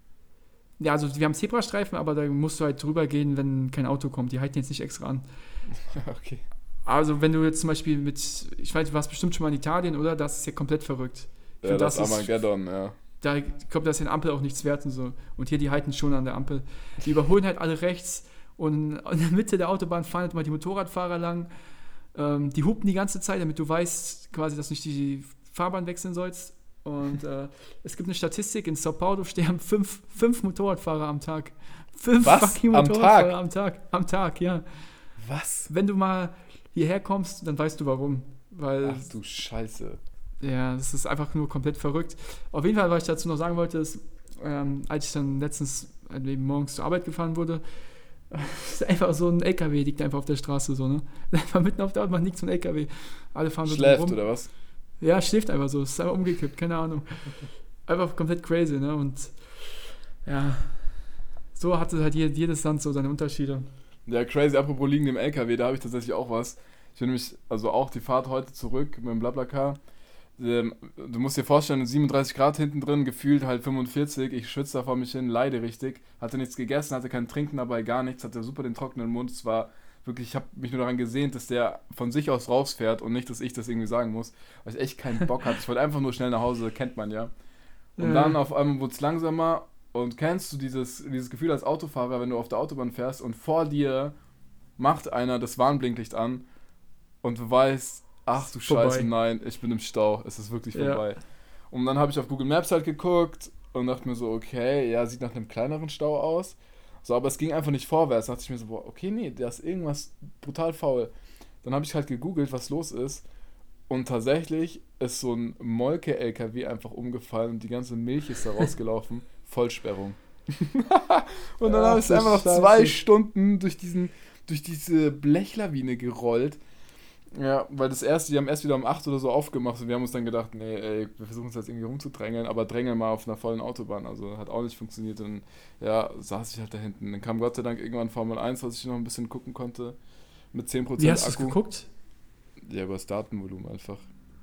ja, also wir haben Zebrastreifen, aber da musst du halt drüber gehen, wenn kein Auto kommt. Die halten jetzt nicht extra an. Okay. Also wenn du jetzt zum Beispiel mit, ich weiß, du warst bestimmt schon mal in Italien, oder? Das ist ja komplett verrückt. Ich Ja, find, das, das ist ist- Armageddon, ja. Da kommt das in der Ampel auch nichts wert und so. Und hier, die halten schon an der Ampel. Die überholen halt alle rechts und in der Mitte der Autobahn fahren halt mal die Motorradfahrer lang. Ähm, die hupen die ganze Zeit, damit du weißt quasi, dass du nicht die Fahrbahn wechseln sollst. Und äh, es gibt eine Statistik, in Sao Paulo sterben fünf, fünf Motorradfahrer am Tag. Fünf Was? fucking Am Motorradfahrer am Tag? Am Tag, ja. Was? Wenn du mal hierher kommst, dann weißt du warum. Weil Ach du Scheiße. ja, das ist einfach nur komplett verrückt. Auf jeden Fall, was ich dazu noch sagen wollte, ist, ähm, als ich dann letztens äh, eben morgens zur Arbeit gefahren wurde, ist einfach so ein L K W, liegt einfach auf der Straße so, ne? Einfach mitten auf der Autobahn liegt so ein L K W. Alle fahren so Schläft rum. oder was? Ja, schläft einfach so, ist einfach umgekippt, keine Ahnung. Einfach komplett crazy, ne? Und ja, so hatte halt jed- jedes Land so seine Unterschiede. Ja, crazy. Apropos liegen im L K W, da habe ich tatsächlich auch was. Ich bin nämlich, also auch die Fahrt heute zurück mit dem Blablacar. Ähm, du musst dir vorstellen, siebenunddreißig Grad hinten drin, gefühlt halt fünfundvierzig. Ich schwitze da vor mich hin, leide richtig. Hatte nichts gegessen, hatte kein Trinken dabei, gar nichts. Hatte super den trockenen Mund. Es war wirklich, ich habe mich nur daran gesehnt, dass der von sich aus rausfährt und nicht, dass ich das irgendwie sagen muss. Weil ich echt keinen Bock hatte. Ich wollte einfach nur schnell nach Hause, kennt man ja. Und Ja. dann auf einmal wurde es langsamer. Und kennst du dieses, dieses Gefühl als Autofahrer, wenn du auf der Autobahn fährst und vor dir macht einer das Warnblinklicht an und du weißt, ach du Vorbei. Scheiße, nein, ich bin im Stau, es ist wirklich Ja. vorbei. Und dann habe ich auf Google Maps halt geguckt und dachte mir so, okay, ja, sieht nach einem kleineren Stau aus. So, aber es ging einfach nicht vorwärts. Da dachte ich mir so, boah, okay, nee, da ist irgendwas brutal faul. Dann habe ich halt gegoogelt, was los ist. Und tatsächlich ist so ein Molke-L K W einfach umgefallen und die ganze Milch ist da rausgelaufen. Vollsperrung. Und dann Ach habe ich du einfach noch Scheiße. zwei Stunden durch, diesen, durch diese Blechlawine gerollt. Ja, weil das erste, die haben erst wieder um acht oder so aufgemacht und wir haben uns dann gedacht, nee, ey, wir versuchen uns jetzt irgendwie rumzudrängeln, aber drängeln mal auf einer vollen Autobahn. Also hat auch nicht funktioniert und ja, saß ich halt da hinten. Dann kam Gott sei Dank irgendwann Formel eins, was ich noch ein bisschen gucken konnte, mit zehn Prozent Wie hast du es Akku. geguckt? Ja, über das Datenvolumen einfach.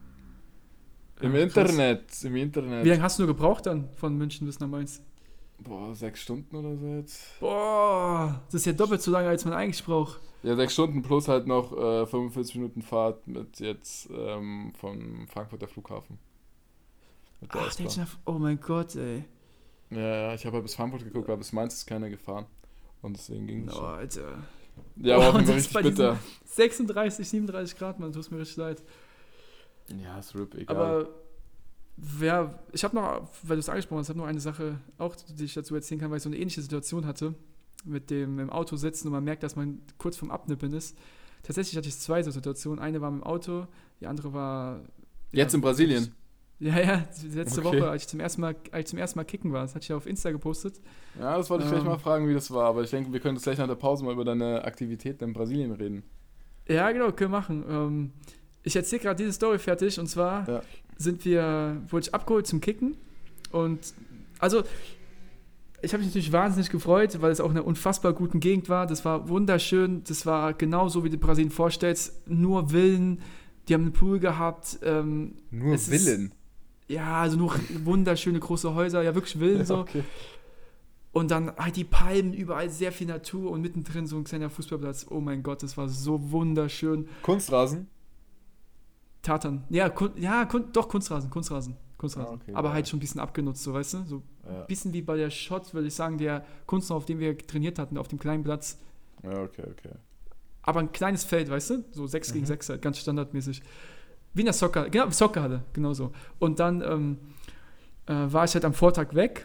Im Ja, Internet, krass. im Internet. Wie lange hast du nur gebraucht dann von München bis nach Mainz? Boah, sechs Stunden oder so jetzt. Boah, das ist ja doppelt so lange, als man eigentlich braucht. Ja, sechs Stunden plus halt noch äh, fünfundvierzig Minuten Fahrt mit jetzt ähm, vom Frankfurter Flughafen. Mit der Ach, S-Bahn. der oh mein Gott, ey. Ja, ja, ich habe halt bis Frankfurt geguckt, aber bis Mainz ist keiner gefahren. Und deswegen ging es Oh, schon. Alter. Ja, aber Oh, auf jeden Fall das richtig bei diesen bitter. sechsunddreißig, siebenunddreißig Grad, man, tut mir richtig leid. Ja, ist R I P, egal. Aber, ja, ich habe noch, weil du es angesprochen hast, ich habe noch eine Sache auch, die ich dazu erzählen kann, weil ich so eine ähnliche Situation hatte, mit dem im Auto sitzen und man merkt, dass man kurz vorm Abnippeln ist. Tatsächlich hatte ich zwei so Situationen. Eine war im Auto, die andere war... Jetzt ja, in Brasilien? Ja, ja, die letzte Okay. Woche, als ich zum ersten Mal, als ich zum ersten Mal kicken war. Das hatte ich ja auf Insta gepostet. Ja, das wollte ich gleich Ähm. mal fragen, wie das war. Aber ich denke, wir können jetzt gleich nach der Pause mal über deine Aktivitäten in Brasilien reden. Ja, genau, können wir machen. Ähm, ich erzähle gerade diese Story fertig und zwar Ja. sind wir, wurde ich abgeholt zum Kicken und also ich habe mich natürlich wahnsinnig gefreut, weil es auch in einer unfassbar guten Gegend war. Das war wunderschön, das war genau so, wie du Brasilien vorstellst, nur Villen, die haben einen Pool gehabt. Ähm, Nur es ist- Villen? ja, also nur wunderschöne große Häuser, ja wirklich Villen so. Okay. Und dann halt die Palmen, überall sehr viel Natur und mittendrin so ein kleiner Fußballplatz. Oh mein Gott, das war so wunderschön. Kunstrasen? Tatern. Ja, kun ja kun doch, Kunstrasen, Kunstrasen. Kunstrasen. Ah, okay, aber geil. halt schon ein bisschen abgenutzt, so weißt du? So ein Ja. bisschen wie bei der Shot, würde ich sagen, der Kunstrasen, auf dem wir trainiert hatten, auf dem kleinen Platz. Ja, okay, okay. Aber ein kleines Feld, weißt du? So sechs gegen Mhm. sechs halt, ganz standardmäßig. Wie in der Soccer, genau, Soccerhalle, genau so. Und dann ähm, äh, war ich halt am Vortag weg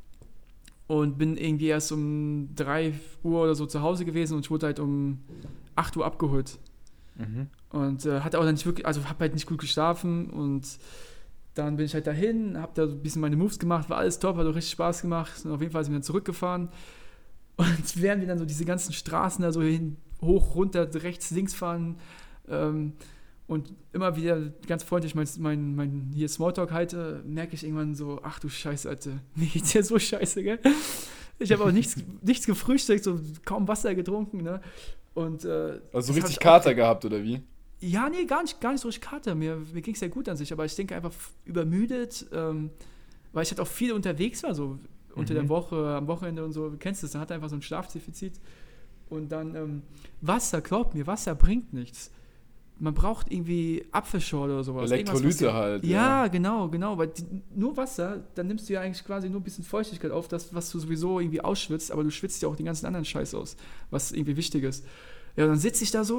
und bin irgendwie erst um drei Uhr oder so zu Hause gewesen und ich wurde halt um acht Uhr abgeholt. Mhm. Und äh, hatte auch dann nicht wirklich, also habe halt nicht gut geschlafen und dann bin ich halt dahin, habe da so ein bisschen meine Moves gemacht, war alles top, hat auch richtig Spaß gemacht und auf jeden Fall sind wir dann zurückgefahren und während wir dann so diese ganzen Straßen da so hin, hoch, runter, rechts, links fahren ähm, und immer wieder ganz freundlich mein, mein, mein hier Smalltalk halte, merke ich irgendwann so, ach du Scheiße, Alter, mir geht's ja so scheiße, gell? Ich habe auch nichts, nichts gefrühstückt, so kaum Wasser getrunken, ne? Und, äh, Also das so hab richtig ich auch- Kater gehabt, oder wie? Ja, nee, gar nicht, gar nicht so richtig Kater. Mir, mir ging es ja gut an sich, aber ich denke einfach f- übermüdet, ähm, weil ich halt auch viel unterwegs war, so unter Mhm. der Woche, am Wochenende und so. Du kennst das, dann hat er einfach so ein Schlafdefizit. Und dann ähm, Wasser, glaub mir, Wasser bringt nichts. Man braucht irgendwie Apfelschorle oder sowas. Irgendwas, was Elektrolyte dir- halt. Ja, genau, genau. Weil die, nur Wasser, dann nimmst du ja eigentlich quasi nur ein bisschen Feuchtigkeit auf, das, was du sowieso irgendwie ausschwitzt, aber du schwitzt ja auch den ganzen anderen Scheiß aus, was irgendwie wichtig ist. Ja, und dann sitze ich da so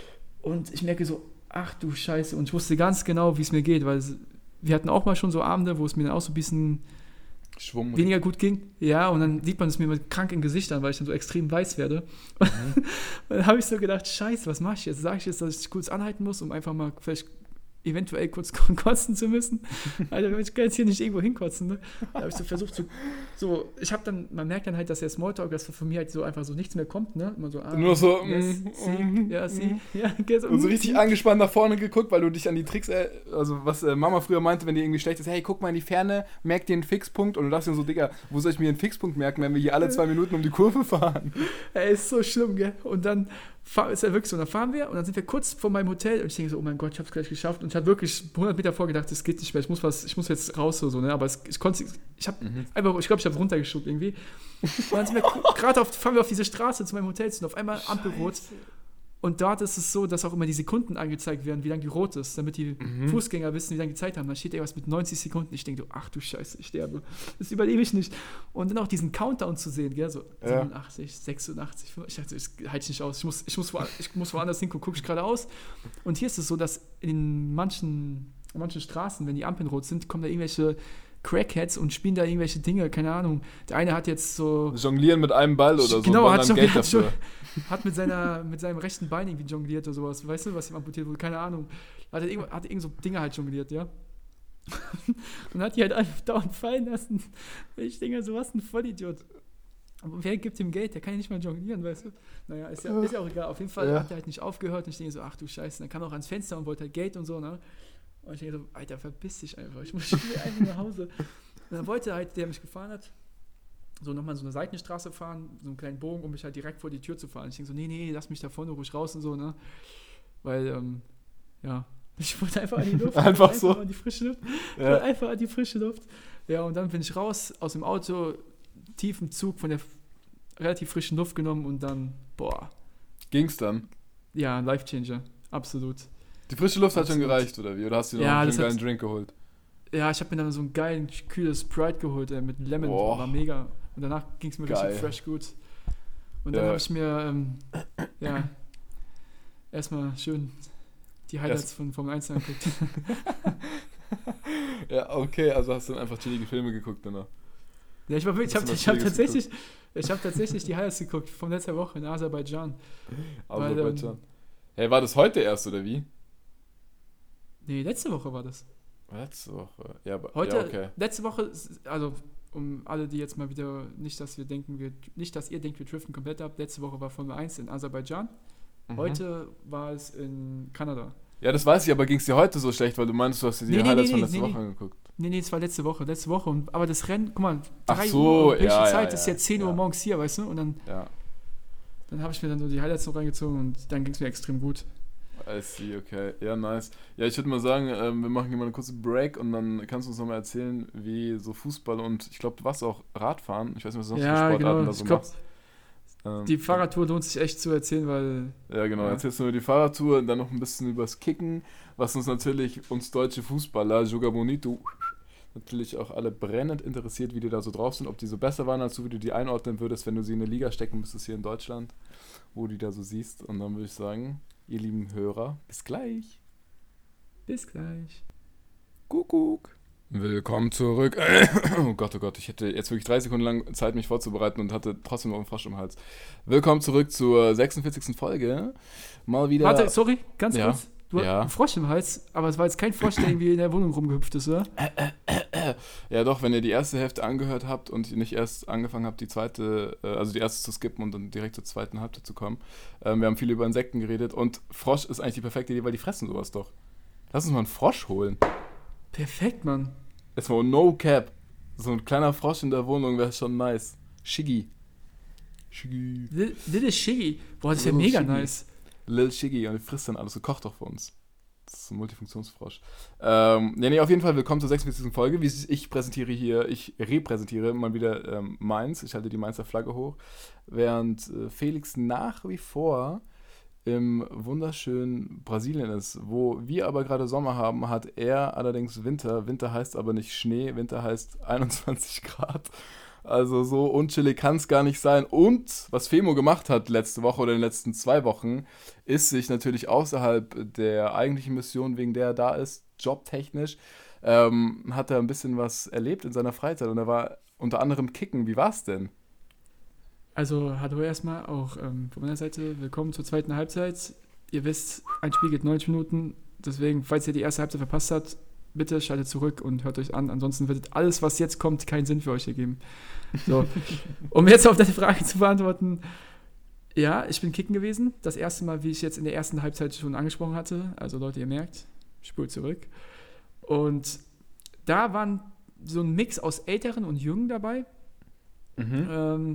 und ich merke so, ach du Scheiße, und ich wusste ganz genau, wie es mir geht, weil es, wir hatten auch mal schon so Abende, wo es mir dann auch so ein bisschen Schwumm. weniger gut ging. Ja, und dann sieht man es mir mal krank im Gesicht an, weil ich dann so extrem weiß werde. Mhm. Und dann habe ich so gedacht, Scheiße, was mache ich jetzt? Sage ich jetzt, dass ich kurz anhalten muss, um einfach mal vielleicht eventuell kurz kotzen zu müssen? Alter, ich kann jetzt hier nicht irgendwo hinkotzen, ne? Da habe ich so versucht zu, so, ich habe dann, man merkt dann halt, dass der Smalltalk, dass von mir halt so einfach so nichts mehr kommt, ne? Immer so, ah, Nur so, yes, mm, sie, mm, ja, sie, mm. ja, okay, so, Und so mm, richtig sie. angespannt nach vorne geguckt, weil du dich an die Tricks, äh, also was äh, Mama früher meinte, wenn die irgendwie schlecht ist, hey, guck mal in die Ferne, merk dir einen Fixpunkt und du dachtest dir so, Digga, wo soll ich mir einen Fixpunkt merken, wenn wir hier alle zwei Minuten um die Kurve fahren? Ey, ist so schlimm, gell? Und dann fahr, ist ja wirklich so, dann fahren wir und dann sind wir kurz vor meinem Hotel und ich denke so, oh mein Gott, ich hab's gleich geschafft und ich hatte wirklich hundert Meter vorgedacht, das geht nicht mehr, ich muss was, ich muss jetzt raus oder so, ne? Aber es, ich konnte, ich hab Mhm. einfach, ich glaube, ich habe runtergeschoben irgendwie. Und dann sind wir gerade auf, fahren wir auf diese Straße zu meinem Hotel und auf einmal Ampelrot. Und dort ist es so, dass auch immer die Sekunden angezeigt werden, wie lange die rot ist, damit die Mhm. Fußgänger wissen, wie lange die Zeit haben. Da steht irgendwas mit neunzig Sekunden. Ich denke, ach du Scheiße, ich sterbe. Das überlebe ich nicht. Und dann auch diesen Countdown zu sehen, gell? So Ja. siebenundachtzig, sechsundachtzig. Ich dachte, ich halte nicht aus. Ich muss, ich muss, wo, ich muss woanders hingucken, gucke ich geradeaus. Und hier ist es so, dass in manchen, in manchen Straßen, wenn die Ampeln rot sind, kommen da irgendwelche Crackheads und spielen da irgendwelche Dinge, keine Ahnung. Der eine hat jetzt so... Jonglieren mit einem Ball oder so. Genau, und wollen hat, dann schon, Geld hat, schon, dafür. hat mit, seiner, mit seinem rechten Bein irgendwie jongliert oder sowas. Weißt du, was ihm amputiert wurde? Keine Ahnung. Hat er irgend, hat irgend so Dinge halt jongliert, ja. Und hat die halt einfach dauernd fallen lassen. Ich denke so, was ein Vollidiot. Aber wer gibt ihm Geld? Der kann ja nicht mal jonglieren, weißt du? Naja, ist ja, ist ja auch egal. Auf jeden Fall Ja. hat er halt nicht aufgehört. Und ich denke so, ach du Scheiße. Dann kam er auch ans Fenster und wollte halt Geld und so, ne? Und ich denke so, Alter, verpiss dich einfach. Ich muss ich will einfach nach Hause. Und dann wollte halt, der mich gefahren hat, so nochmal so eine Seitenstraße fahren, so einen kleinen Bogen, um mich halt direkt vor die Tür zu fahren. Ich denke so, nee, nee, lass mich da vorne ruhig raus und so, ne? Weil, ähm, ja, ich wollte einfach an die Luft. Einfach einfach so? An die frische Luft. Ich Ja. wollte einfach an die frische Luft. Ja, und dann bin ich raus aus dem Auto, tief im Zug von der f- relativ frischen Luft genommen und dann, boah, Ging's dann? ja, Life-Changer, absolut. Die frische Luft hat schon Absolut. gereicht, oder wie? Oder hast du dir noch Ja, einen das schönen hat- geilen Drink geholt? Ja, ich habe mir dann so einen geilen, kühles Sprite geholt, ey, mit Lemon, Boah. war mega. Und danach ging es mir Geil. richtig fresh gut. Und dann Ja. habe ich mir, ähm, ja, erstmal schön die Highlights Erst- von Formel eins angeguckt. Ja, okay, also hast du dann einfach chillige Filme geguckt danach. Ja, ich war wirklich, ich Hast habe du was ich hab Chilliges tatsächlich, ich habe tatsächlich die Highlights geguckt von letzter Woche in Aserbaidschan. Weil, Aserbaidschan. Hey, war das heute erst, oder wie? Nee, letzte Woche war das. Letzte Woche. Ja, aber, Heute, ja, okay. letzte Woche, also um alle, die jetzt mal wieder, nicht, dass wir denken, wir, nicht, dass ihr denkt, wir driften komplett ab. Letzte Woche war Formel eins in Aserbaidschan. Mhm. Heute war es in Kanada. Ja, das weiß ich, aber ging es dir heute so schlecht, weil du meinst, du hast dir die Nee, nee, Highlights nee, von nee, letzter nee, Woche nee. angeguckt. Nee, nee, es war letzte Woche, letzte Woche. Und, aber das Rennen, guck mal, Ach drei so, Uhr europäische ja, ja, Zeit, ist ja, jetzt zehn Uhr ja. morgens hier, weißt du? Und dann, Ja, dann habe ich mir dann so die Highlights noch reingezogen und dann ging es mir extrem gut. I see, okay. Ja, nice. Ja, ich würde mal sagen, ähm, wir machen hier mal eine kurze Break und dann kannst du uns nochmal erzählen, wie so Fußball und ich glaube, du warst auch Radfahren. Ich weiß nicht, was du sonst für Ja, Sportarten genau. da so Ich glaub, machst. Ähm, die Fahrradtour lohnt sich echt zu erzählen, weil Ja, genau. Ja. Erzählst du über die Fahrradtour und dann noch ein bisschen übers Kicken, was uns natürlich, uns deutsche Fußballer, Joga Bonito, natürlich auch alle brennend interessiert, wie die da so drauf sind, ob die so besser waren, als du, wie du die einordnen würdest, wenn du sie in eine Liga stecken müsstest hier in Deutschland, wo du die da so siehst. Und dann würde ich sagen, ihr lieben Hörer, bis gleich. bis gleich. Kuckuck. Willkommen zurück. Oh Gott, oh Gott, ich hätte jetzt wirklich drei Sekunden lang Zeit, mich vorzubereiten und hatte trotzdem noch einen Frosch im Hals. Willkommen zurück zur sechsundvierzigsten Folge. Mal wieder... Warte, sorry, ganz Ja. kurz. Du hast Ja. einen Frosch im Hals, aber es war jetzt kein Frosch, der irgendwie in der Wohnung rumgehüpft ist, oder? Ja doch, wenn ihr die erste Hälfte angehört habt und ihr nicht erst angefangen habt, die zweite, äh, also die erste zu skippen und dann direkt zur zweiten Halbzeit zu kommen. Ähm, wir haben viel über Insekten geredet und Frosch ist eigentlich die perfekte Idee, weil die fressen sowas doch. Lass uns mal einen Frosch holen. Perfekt, Mann. Jetzt mal no cap. So ein kleiner Frosch in der Wohnung wäre schon nice. Shiggy. Shiggy. Lil- Little Shiggy. Boah, das wäre Little mega Shiggy. nice. Lil Shiggy und die frisst dann alles und kocht doch für uns. Das ist ein Multifunktionsfrosch. Ähm, nee, nee, auf jeden Fall willkommen zur sechsundvierzigsten Folge. Wie ich präsentiere hier, ich repräsentiere mal wieder ähm, Mainz. Ich halte die Mainzer Flagge hoch. Während äh, Felix nach wie vor im wunderschönen Brasilien ist. Wo wir aber gerade Sommer haben, hat er allerdings Winter. Winter heißt aber nicht Schnee, Winter heißt einundzwanzig Grad. Also so unchillig kann es gar nicht sein. Und was Femo gemacht hat letzte Woche oder in den letzten zwei Wochen, ist sich natürlich außerhalb der eigentlichen Mission, wegen der er da ist, jobtechnisch, ähm, hat er ein bisschen was erlebt in seiner Freizeit. Und er war unter anderem kicken. Wie war's denn? Also, hallo erstmal auch ähm, von meiner Seite. Willkommen zur zweiten Halbzeit. Ihr wisst, ein Spiel geht neunzig Minuten. Deswegen, falls ihr die erste Halbzeit verpasst habt, bitte schaltet zurück und hört euch an. Ansonsten wird alles, was jetzt kommt, keinen Sinn für euch ergeben. So, um jetzt auf deine Frage zu beantworten. Ja, ich bin kicken gewesen. Das erste Mal, wie ich jetzt in der ersten Halbzeit schon angesprochen hatte. Also Leute, ihr merkt, spult zurück. Und da waren so ein Mix aus Älteren und Jungen dabei. Mhm. Ähm,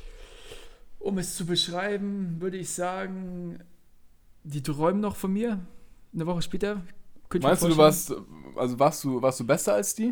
um es zu beschreiben, würde ich sagen, die träumen noch von mir. Eine Woche später. Könnt ihr Meinst du, euch du vorstellen? warst, also warst du, warst du besser als die?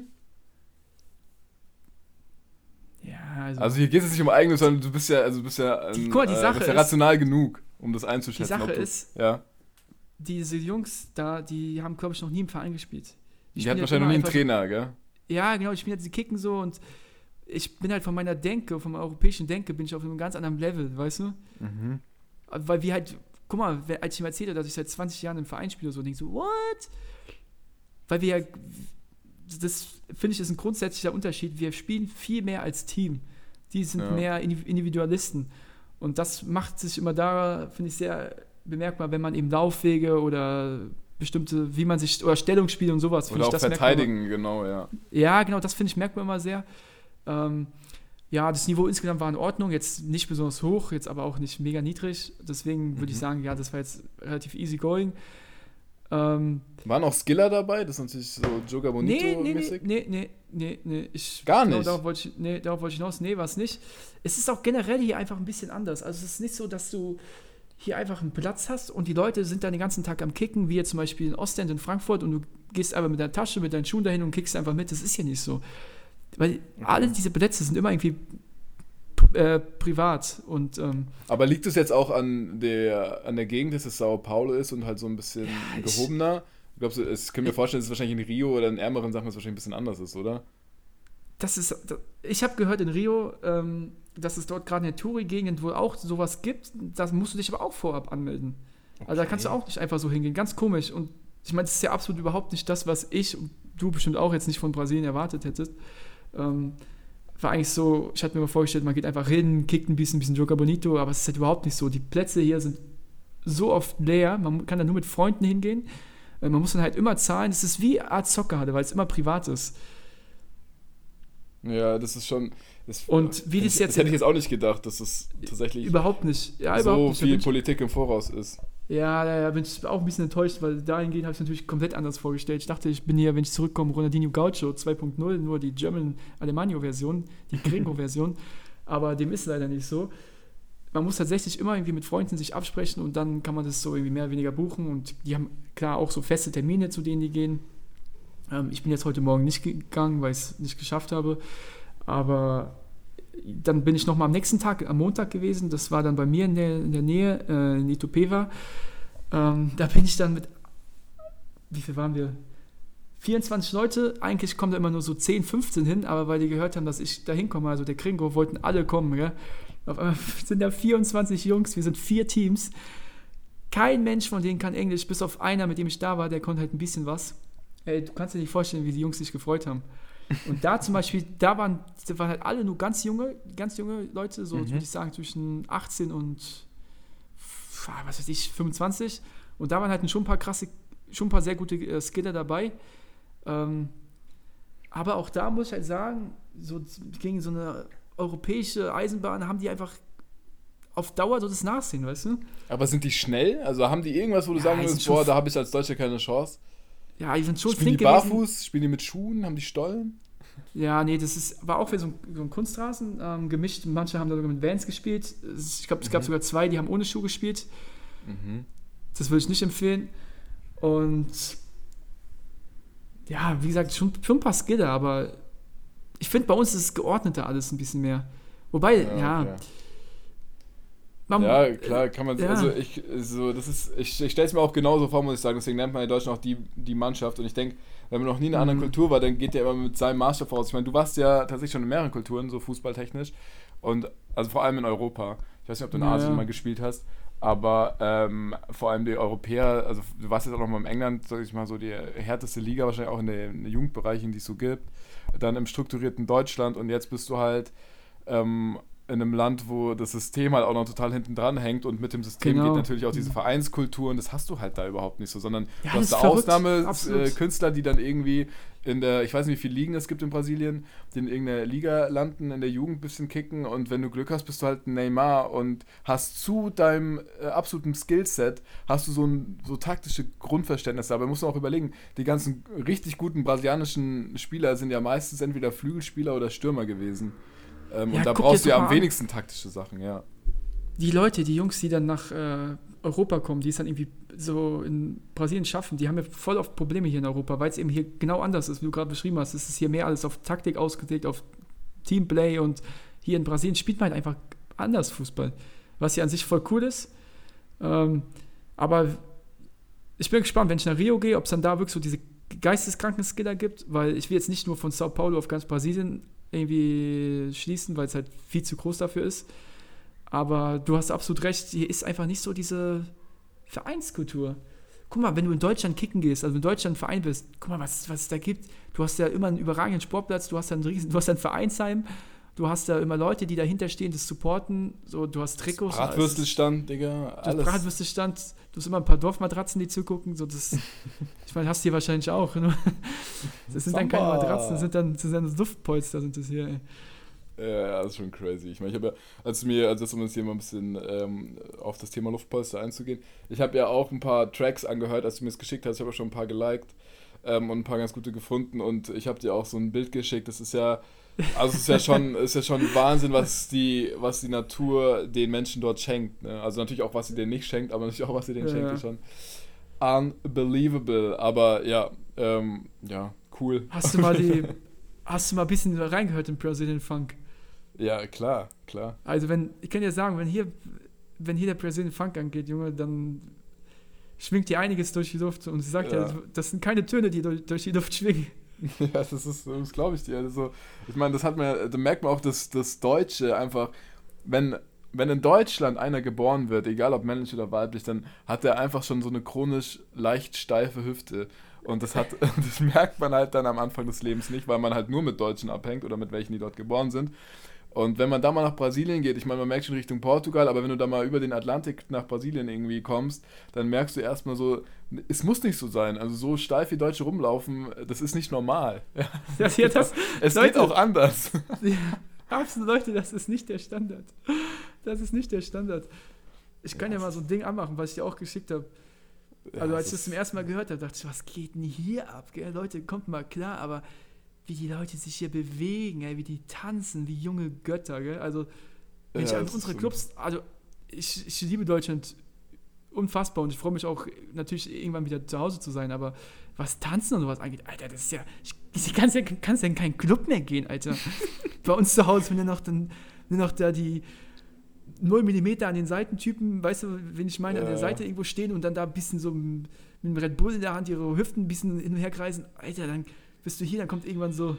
Ja, also, Also hier geht es nicht um eigenes, sondern du bist ja, also du bist ja, ein, Die- guck mal, die äh, Sache bist ja ist- rational genug, um das die einzuschätzen. Sache ob du, ist, ja, diese Jungs da, die haben, glaube ich, noch nie im Verein gespielt. die, spielen hat halt wahrscheinlich noch immer nie einen einfach- Trainer, gell? Ja, genau, ich bin jetzt, die kicken so und ich bin halt von meiner Denke, von meiner europäischen Denke, bin ich auf einem ganz anderen Level, weißt du? Mhm. Weil wir halt, guck mal, wer- als ich ihm erzählte, dass ich seit zwanzig Jahren im Verein spiele, so denke ich so, what? Weil wir ja, das finde ich ist ein grundsätzlicher Unterschied, wir spielen viel mehr als Team. Die sind Ja. mehr Indi- Individualisten. Und das macht sich immer da, finde ich, sehr bemerkbar, wenn man eben Laufwege oder bestimmte, wie man sich, oder Stellungsspiele und sowas, finde Oder ich, auch das merkt man immer- verteidigen, genau, ja. ja, genau, das finde ich, merkt man immer sehr. Ähm, ja, das Niveau insgesamt war in Ordnung, jetzt nicht besonders hoch, jetzt aber auch nicht mega niedrig. Deswegen würde ich Mhm. sagen, ja, das war jetzt relativ easy going. Ähm, Waren auch Skiller dabei? Das ist natürlich so Joga nee, nee, nee, Bonito-mäßig. nee, nee, nee, nee, ich, Gar genau, nicht? Darauf wollte ich, nee, darauf wollte ich hinaus. Nee, war es nicht. Es ist auch generell hier einfach ein bisschen anders. Also es ist nicht so, dass du hier einfach einen Platz hast und die Leute sind da den ganzen Tag am Kicken, wie jetzt zum Beispiel in Ostend in Frankfurt und du gehst einfach mit deiner Tasche, mit deinen Schuhen dahin und kickst einfach mit. Das ist ja nicht so. Weil okay. alle diese Plätze sind immer irgendwie äh, privat. Und, ähm, aber liegt es jetzt auch an der, an der Gegend, dass es Sao Paulo ist und halt so ein bisschen ja, gehobener? Ich glaube, ich kann mir vorstellen, dass es wahrscheinlich in Rio oder in ärmeren Sachen wahrscheinlich ein bisschen anders ist, oder? Das ist, ich habe gehört in Rio, ähm, dass es dort gerade in der Touri-Gegend wohl auch sowas gibt. Da musst du dich aber auch vorab anmelden. Okay. Also da kannst du auch nicht einfach so hingehen. Ganz komisch. Und ich meine, das ist ja absolut überhaupt nicht das, was ich und du bestimmt auch jetzt nicht von Brasilien erwartet hättest. Ähm, war eigentlich so, ich hatte mir mal vorgestellt, man geht einfach hin, kickt ein bisschen, ein bisschen Joga Bonito, aber es ist halt überhaupt nicht so. Die Plätze hier sind so oft leer, man kann da nur mit Freunden hingehen. Man muss dann halt immer zahlen. Das ist wie eine Art Soccerhalle, weil es immer privat ist. Ja, das ist schon. Das, und wie das jetzt. Das hätte ich jetzt auch nicht gedacht, dass es tatsächlich. Überhaupt nicht. Ja, so überhaupt nicht. viel Politik im Voraus ist. Ja, da bin ich auch ein bisschen enttäuscht, weil dahingehend habe ich es natürlich komplett anders vorgestellt. Ich dachte, ich bin hier, wenn ich zurückkomme, Ronaldinho Gaucho zwei Punkt null, nur die German Alemanno-Version, die Gringo-Version. Aber dem ist leider nicht so. Man muss tatsächlich immer irgendwie mit Freunden sich absprechen und dann kann man das so irgendwie mehr oder weniger buchen. Und die haben klar auch so feste Termine, zu denen die gehen. Ähm, ich bin jetzt heute Morgen nicht gegangen, weil ich es nicht geschafft habe. Aber dann bin ich nochmal am nächsten Tag, am Montag gewesen. Das war dann bei mir in der, in der Nähe, äh, in Itupeva. Ähm, da bin ich dann mit, wie viel waren wir? vierundzwanzig Leute. Eigentlich kommen da immer nur so zehn, fünfzehn hin, aber weil die gehört haben, dass ich da hinkomme, also der Gringo, wollten alle kommen. Gell? Auf einmal sind da vierundzwanzig Jungs, wir sind vier Teams. Kein Mensch von denen kann Englisch, bis auf einer, mit dem ich da war, der konnte halt ein bisschen was. Ey, du kannst dir nicht vorstellen, wie die Jungs sich gefreut haben. Und da zum Beispiel, da waren, da waren halt alle nur ganz junge, ganz junge Leute, so mhm. würde ich sagen zwischen achtzehn und was weiß ich, fünfundzwanzig. Und da waren halt schon ein paar krasse, schon ein paar sehr gute äh, Skiller dabei. Ähm, aber auch da muss ich halt sagen, so gegen so eine europäische Eisenbahn haben die einfach auf Dauer so das Nachsehen, weißt du? Aber sind die schnell? Also haben die irgendwas, wo du ja, sagen würdest, boah, da habe ich als Deutscher keine Chance? Ja, die sind schon Spielen flink die barfuß? gewesen. Spielen die mit Schuhen? Haben die Stollen? Ja, nee, das ist, war auch wieder so ein, so ein Kunstrasen, ähm, gemischt. Manche haben da sogar mit Vans gespielt. Ich glaube, es gab mhm. sogar zwei, die haben ohne Schuh gespielt. Mhm. Das würde ich nicht empfehlen. Und ja, wie gesagt, schon, schon ein paar Skiller, aber ich finde, bei uns ist es geordneter alles ein bisschen mehr. Wobei, ja, ja, okay. man, ja klar, kann man, ja. also ich, so, das ist, ich, ich stelle es mir auch genauso vor, muss ich sagen, deswegen nennt man in Deutschland auch die, die Mannschaft und ich denke, wenn man noch nie in einer anderen mhm. Kultur war, dann geht der immer mit seinem Maßstab voraus. Ich meine, du warst ja tatsächlich schon in mehreren Kulturen, so fußballtechnisch und also vor allem in Europa. Ich weiß nicht, ob du in ja, Asien ja. mal gespielt hast, aber ähm, vor allem die Europäer, also du warst jetzt auch noch mal in England, sag ich mal, so die härteste Liga, wahrscheinlich auch in den Jugendbereichen, die es so gibt, dann im strukturierten Deutschland und jetzt bist du halt ähm, in einem Land, wo das System halt auch noch total hinten dran hängt und mit dem System genau. geht natürlich auch diese Vereinskultur und das hast du halt da überhaupt nicht so, sondern ja, du hast da Ausnahmekünstler, äh, die dann irgendwie in der, ich weiß nicht, wie viele Ligen es gibt in Brasilien, die in irgendeiner Liga landen, in der Jugend ein bisschen kicken und wenn du Glück hast, bist du halt ein Neymar und hast zu deinem äh, absoluten Skillset, hast du so ein so taktische Grundverständnis. Dabei musst du auch überlegen, die ganzen richtig guten brasilianischen Spieler sind ja meistens entweder Flügelspieler oder Stürmer gewesen. Ähm, ja, und da brauchst du ja am wenigsten taktische Sachen, ja. Die Leute, die Jungs, die dann nach äh, Europa kommen, die es dann irgendwie so in Brasilien schaffen, die haben ja voll oft Probleme hier in Europa, weil es eben hier genau anders ist, wie du gerade beschrieben hast. Es ist hier mehr alles auf Taktik ausgelegt, auf Teamplay und hier in Brasilien spielt man halt einfach anders Fußball, was ja an sich voll cool ist. Ähm, aber ich bin gespannt, wenn ich nach Rio gehe, ob es dann da wirklich so diese geisteskranken Skiller gibt, weil ich will jetzt nicht nur von Sao Paulo auf ganz Brasilien irgendwie schließen, weil es halt viel zu groß dafür ist. Aber du hast absolut recht, hier ist einfach nicht so diese Vereinskultur. Guck mal, wenn du in Deutschland kicken gehst, also in Deutschland ein Verein bist, guck mal, was, was es da gibt. Du hast ja immer einen überragenden Sportplatz, du hast da ein riesen, du hast da ein Vereinsheim, du hast da immer Leute, die dahinter stehen, das supporten, so, du hast Trikots. Bratwürstestand, Digga, alles. Bratwürstestand, du hast immer ein paar Dorfmatratzen, die zugucken, so das, ich meine, hast du hier wahrscheinlich auch. Ne? Das sind dann keine Matratzen, das sind dann, das sind dann Luftpolster, sind das hier, ey. Ja, das ist schon crazy. Ich meine, ich habe ja, als mir, also um jetzt hier mal ein bisschen ähm, auf das Thema Luftpolster einzugehen, ich habe ja auch ein paar Tracks angehört, als du mir es geschickt hast, ich habe ja schon ein paar geliked. ähm, und ein paar ganz gute gefunden und ich habe dir auch so ein Bild geschickt. Das ist ja, also es ist ja schon, ist ja schon Wahnsinn, was die, was die Natur den Menschen dort schenkt. Ne? Also natürlich auch, was sie denen nicht schenkt, aber natürlich auch, was sie denen Ja, schenkt, ja. ist schon unbelievable. Aber ja, ähm, ja, cool. Hast du mal die, hast du mal ein bisschen reingehört in Brazilian Funk? Ja, klar, klar. Also wenn, ich kann dir sagen, wenn hier, wenn hier der Brazilian Funk angeht, Junge, dann schwingt hier einiges durch die Luft und sie sagt ja, Ja. das sind keine Töne, die durch, durch die Luft schwingen. Ja, das ist, das glaube ich dir. Also, ich meine, das hat man, da merkt man auch, dass das Deutsche einfach, wenn, wenn in Deutschland einer geboren wird, egal ob männlich oder weiblich, dann hat er einfach schon so eine chronisch leicht steife Hüfte. Und das hat, das merkt man halt dann am Anfang des Lebens nicht, weil man halt nur mit Deutschen abhängt oder mit welchen, die dort geboren sind. Und wenn man da mal nach Brasilien geht, ich meine, man merkt schon Richtung Portugal, aber wenn du da mal über den Atlantik nach Brasilien irgendwie kommst, dann merkst du erstmal so, es muss nicht so sein. Also so steif wie Deutsche rumlaufen, das ist nicht normal. Ja, Das, ja, das, es Leute, geht auch anders. Ja, absolut, Leute, das ist nicht der Standard. Das ist nicht der Standard. Ich kann ja, Ja, mal so ein Ding anmachen, was ich dir auch geschickt habe. Also Ja, als ich das das zum ersten Mal gehört habe, dachte ich, was geht denn hier ab? Gell? Leute, kommt mal klar, aber wie die Leute sich hier bewegen, ey, wie die tanzen, wie junge Götter. Gell? Also wenn Ja, ich an das unsere ist Clubs, also ich, ich liebe Deutschland unfassbar und ich freue mich auch natürlich irgendwann wieder zu Hause zu sein, aber was Tanzen und sowas angeht, Alter, das ist ja, ich, ich kannst ja, kannst ja in keinen Club mehr gehen, Alter. Bei uns zu Hause, wenn du noch, dann, nur noch da die null Millimeter an den Seitentypen, weißt du, wenn ich meine, an der Ja. Seite irgendwo stehen und dann da ein bisschen so mit einem Red Bull in der Hand ihre Hüften ein bisschen hin und her kreisen, Alter, dann bist du hier, dann kommt irgendwann so,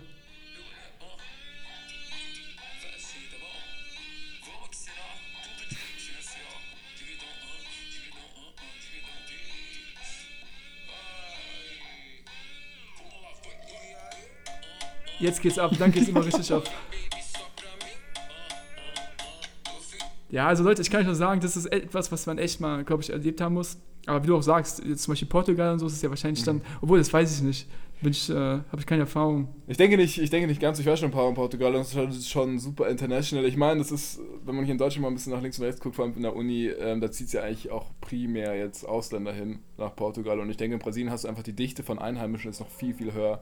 jetzt geht's ab, dann geht's immer richtig ab. Ja, also Leute, ich kann euch nur sagen, das ist etwas, was man echt mal, glaube ich, erlebt haben muss. Aber wie du auch sagst, jetzt zum Beispiel Portugal und so, ist es ja wahrscheinlich dann, obwohl, das weiß ich nicht, bin ich, äh, habe ich keine Erfahrung. Ich denke nicht, ich denke nicht ganz, ich war schon ein paar Mal in Portugal und es ist schon, das ist schon super international. Ich meine, das ist, wenn man hier in Deutschland mal ein bisschen nach links und rechts guckt, vor allem in der Uni, ähm, da zieht es ja eigentlich auch primär jetzt Ausländer hin nach Portugal. Und ich denke, in Brasilien hast du einfach die Dichte von Einheimischen ist noch viel, viel höher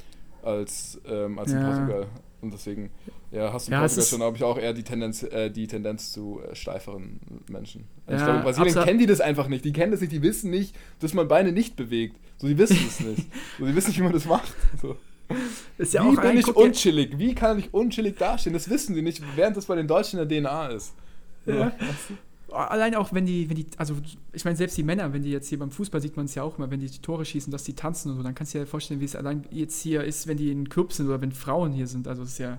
als, ähm, als in Ja. Portugal. Und deswegen, ja, hast du in Ja, es Portugal ist- schon, glaube ich, auch eher die Tendenz, äh, die Tendenz zu äh, steiferen Menschen. Also ich Ja, glaube, in Brasilien absolut. kennen die das einfach nicht. Die kennen das nicht, die wissen nicht, dass man Beine nicht bewegt. So, die wissen es nicht. So, die wissen nicht, wie man das macht. So. Ist ja Wie auch bin ein, ich guck dir- unchillig? Wie kann ich unchillig dastehen? Das wissen die nicht, während das bei den Deutschen in der D N A ist. So, Ja. weißt du? Allein auch, wenn die, wenn die, also ich meine, selbst die Männer, wenn die jetzt hier beim Fußball sieht man es ja auch immer, wenn die Tore schießen, dass die tanzen und so, dann kannst du dir ja vorstellen, wie es allein jetzt hier ist, wenn die in Clubs sind oder wenn Frauen hier sind. Also es ist ja.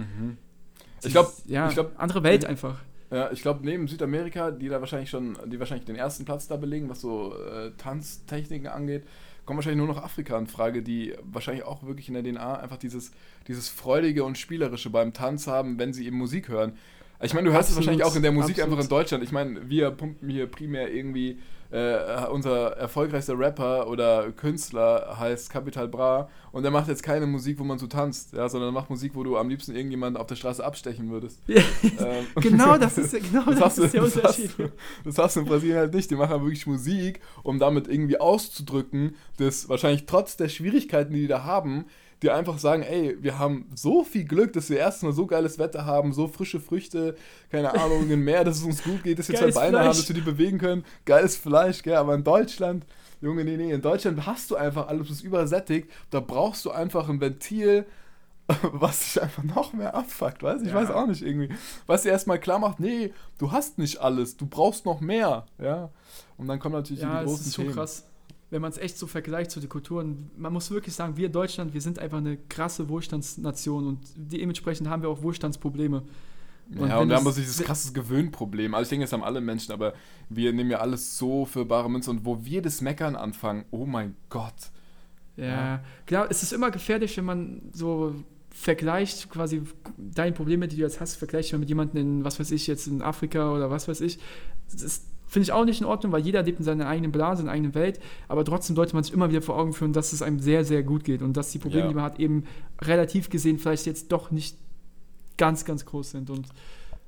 Ich glaube, ja, ich glaub, andere Welt einfach. ja, ich glaube, neben Südamerika, die da wahrscheinlich schon, die wahrscheinlich den ersten Platz da belegen, was so äh, Tanztechniken angeht, kommt wahrscheinlich nur noch Afrika in Frage, die wahrscheinlich auch wirklich in der D N A einfach dieses, dieses Freudige und Spielerische beim Tanz haben, wenn sie eben Musik hören. Ich meine, du hörst es Absolut, wahrscheinlich auch in der Musik absolut. einfach in Deutschland. Ich meine, wir pumpen hier primär irgendwie, äh, unser erfolgreichster Rapper oder Künstler heißt Capital Bra und der macht jetzt keine Musik, wo man so tanzt, ja, sondern er macht Musik, wo du am liebsten irgendjemanden auf der Straße abstechen würdest. Ähm, Genau, das ist ja genau das, hast du- ist der das Unterschied. Hast du, das hast du in Brasilien halt nicht. Die machen wirklich Musik, um damit irgendwie auszudrücken, dass wahrscheinlich trotz der Schwierigkeiten, die die da haben, die einfach sagen, ey, wir haben so viel Glück, dass wir erstmal so geiles Wetter haben, so frische Früchte, keine Ahnung, im Meer, dass es uns gut geht, dass wir zwei Geiles Beine Fleisch. haben, dass wir die bewegen können. Geiles Fleisch, gell, aber in Deutschland, Junge, nee, nee, in Deutschland hast du einfach alles, das ist übersättigt, da brauchst du einfach ein Ventil, was dich einfach noch mehr abfuckt, weißt du? Ich Ja. weiß auch nicht irgendwie. Was dir erstmal klar macht, nee, du hast nicht alles, du brauchst noch mehr, ja. Und dann kommen natürlich Ja, die es großen ist schon Themen. krass. Wenn man es echt so vergleicht zu den Kulturen, man muss wirklich sagen, wir Deutschland, wir sind einfach eine krasse Wohlstandsnation und dementsprechend haben wir auch Wohlstandsprobleme. Ja, wenn und wir haben es- also dieses krasses Gewöhnproblem. Also ich denke, das haben alle Menschen, aber wir nehmen ja alles so für bare Münze und wo wir das Meckern anfangen, oh mein Gott. Ja, Ja. klar, es ist immer gefährlich, wenn man so vergleicht, quasi deine Probleme, die du jetzt hast, vergleicht man mit jemandem in, was weiß ich, jetzt in Afrika oder was weiß ich. Das ist, finde ich auch nicht in Ordnung, weil jeder lebt in seiner eigenen Blase, in seiner eigenen Welt, aber trotzdem sollte man sich immer wieder vor Augen führen, dass es einem sehr, sehr gut geht und dass die Probleme, Ja. die man hat, eben relativ gesehen vielleicht jetzt doch nicht ganz, ganz groß sind und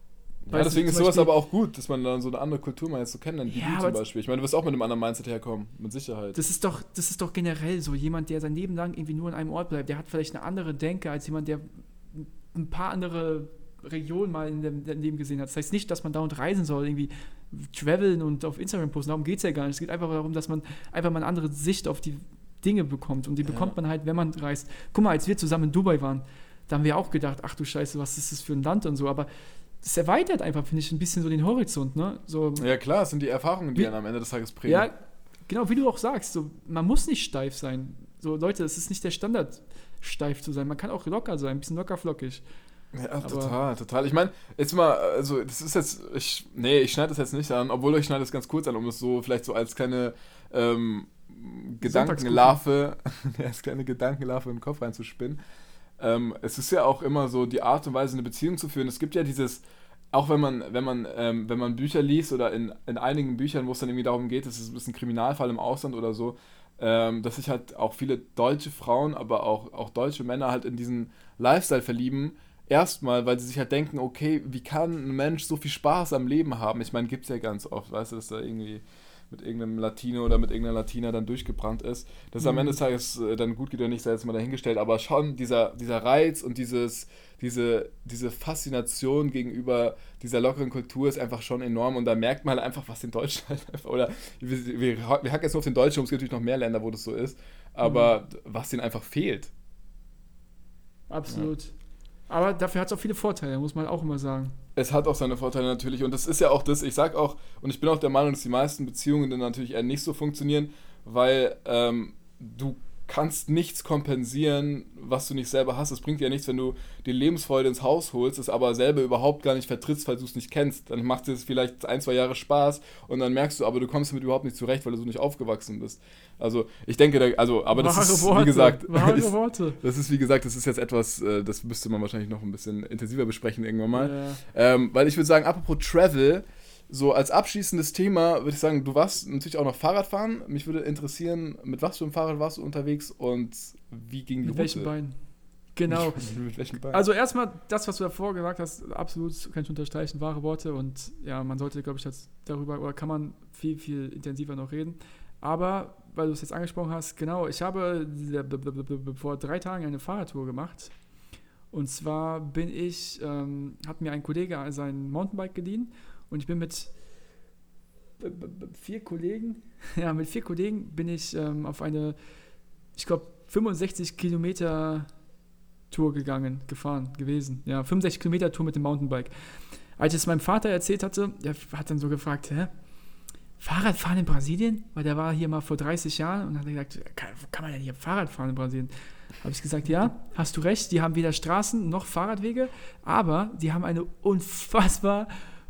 Ja, deswegen ist sowas aber auch gut, dass man dann so eine andere Kultur mal jetzt so kennenlernt, wie Ja, du zum Beispiel. Ich meine, du wirst auch mit einem anderen Mindset herkommen, mit Sicherheit. Das ist doch, das ist doch generell so. Jemand, der sein Leben lang irgendwie nur in einem Ort bleibt, der hat vielleicht eine andere Denke als jemand, der ein paar andere Regionen mal in dem, dem Leben gesehen hat. Das heißt nicht, dass man dauernd reisen soll, irgendwie traveln und auf Instagram posten. Darum geht es ja gar nicht. Es geht einfach darum, dass man einfach mal eine andere Sicht auf die Dinge bekommt. Und die bekommt ja. man halt, wenn man reist. Guck mal, als wir zusammen in Dubai waren, da haben wir auch gedacht, ach du Scheiße, was ist das für ein Land und so. Aber das erweitert einfach, finde ich, ein bisschen so den Horizont. Ne? So, ja klar, es sind die Erfahrungen, die wie, einen am Ende des Tages prägen. Ja, genau, wie du auch sagst. So, man muss nicht steif sein. So, Leute, es ist nicht der Standard, steif zu sein. Man kann auch locker sein, ein bisschen locker flockig. Ja, aber total, total. Ich meine, jetzt mal, also das ist jetzt, ich, nee, ich schneide das jetzt nicht an, obwohl ich schneide das ganz kurz an, um es so vielleicht so als kleine ähm, Gedankenlarve, als kleine Gedankenlarve im Kopf reinzuspinnen. Ähm, es ist ja auch immer so die Art und Weise, eine Beziehung zu führen. Es gibt ja dieses, auch wenn man, wenn man, ähm, wenn man Bücher liest oder in, in einigen Büchern, wo es dann irgendwie darum geht, es ist ein bisschen ein Kriminalfall im Ausland oder so, ähm, dass sich halt auch viele deutsche Frauen, aber auch, auch deutsche Männer halt in diesen Lifestyle verlieben. Erstmal, weil sie sich halt denken, okay, wie kann ein Mensch so viel Spaß am Leben haben? Ich meine, gibt's ja ganz oft, weißt du, dass da irgendwie mit irgendeinem Latino oder mit irgendeiner Latina dann durchgebrannt ist. Dass es mhm. am Ende des Tages äh, dann gut geht oder nicht, sei jetzt mal dahingestellt, aber schon dieser, dieser Reiz und dieses, diese, diese Faszination gegenüber dieser lockeren Kultur ist einfach schon enorm und da merkt man halt einfach, was in Deutschland halt einfach, oder wir, wir, wir hacken jetzt nur auf den Deutschen, es gibt natürlich noch mehr Länder, wo das so ist, aber mhm. was denen einfach fehlt. Absolut. Ja. Aber dafür hat es auch viele Vorteile, muss man auch immer sagen. Es hat auch seine Vorteile natürlich und das ist ja auch das, ich sag auch, und ich bin auch der Meinung, dass die meisten Beziehungen dann natürlich eher nicht so funktionieren, weil ähm, du kannst nichts kompensieren, was du nicht selber hast. Es bringt dir ja nichts, wenn du die Lebensfreude ins Haus holst, es aber selber überhaupt gar nicht vertrittst, weil du es nicht kennst. Dann macht es vielleicht ein, zwei Jahre Spaß und dann merkst du, aber du kommst damit überhaupt nicht zurecht, weil du so nicht aufgewachsen bist. Also ich denke, da, also, aber das wahre ist, Worte, wie gesagt, wahre Worte. das ist, wie gesagt, das ist jetzt etwas, das müsste man wahrscheinlich noch ein bisschen intensiver besprechen irgendwann mal. Ja. Ähm, weil ich würde sagen, apropos Travel, so als abschließendes Thema würde ich sagen, du warst natürlich auch noch Fahrradfahren. Mich würde interessieren, mit was für einem Fahrrad warst du unterwegs und wie ging die Mit Route? welchen Beinen? Genau. Mit welchen Beinen? Also erstmal, das, was du davor gesagt hast, absolut kann ich unterstreichen, wahre Worte und ja, man sollte, glaube ich, das darüber, oder kann man viel, viel intensiver noch reden. Aber, weil du es jetzt angesprochen hast, genau, ich habe vor drei Tagen eine Fahrradtour gemacht. Und zwar bin ich, ähm, hat mir ein Kollege sein Mountainbike geliehen und ich bin mit vier Kollegen, ja, mit vier Kollegen bin ich ähm, auf eine, ich glaube, fünfundsechzig Kilometer Tour gegangen, gefahren, gewesen. Ja, fünfundsechzig Kilometer Tour mit dem Mountainbike. Als ich es meinem Vater erzählt hatte, der hat dann so gefragt, hä? Fahrradfahren in Brasilien? Weil der war hier mal vor dreißig Jahren und hat gesagt, kann, kann man denn hier Fahrrad fahren in Brasilien? Habe ich gesagt, ja, hast du recht, die haben weder Straßen noch Fahrradwege, aber die haben eine unfassbar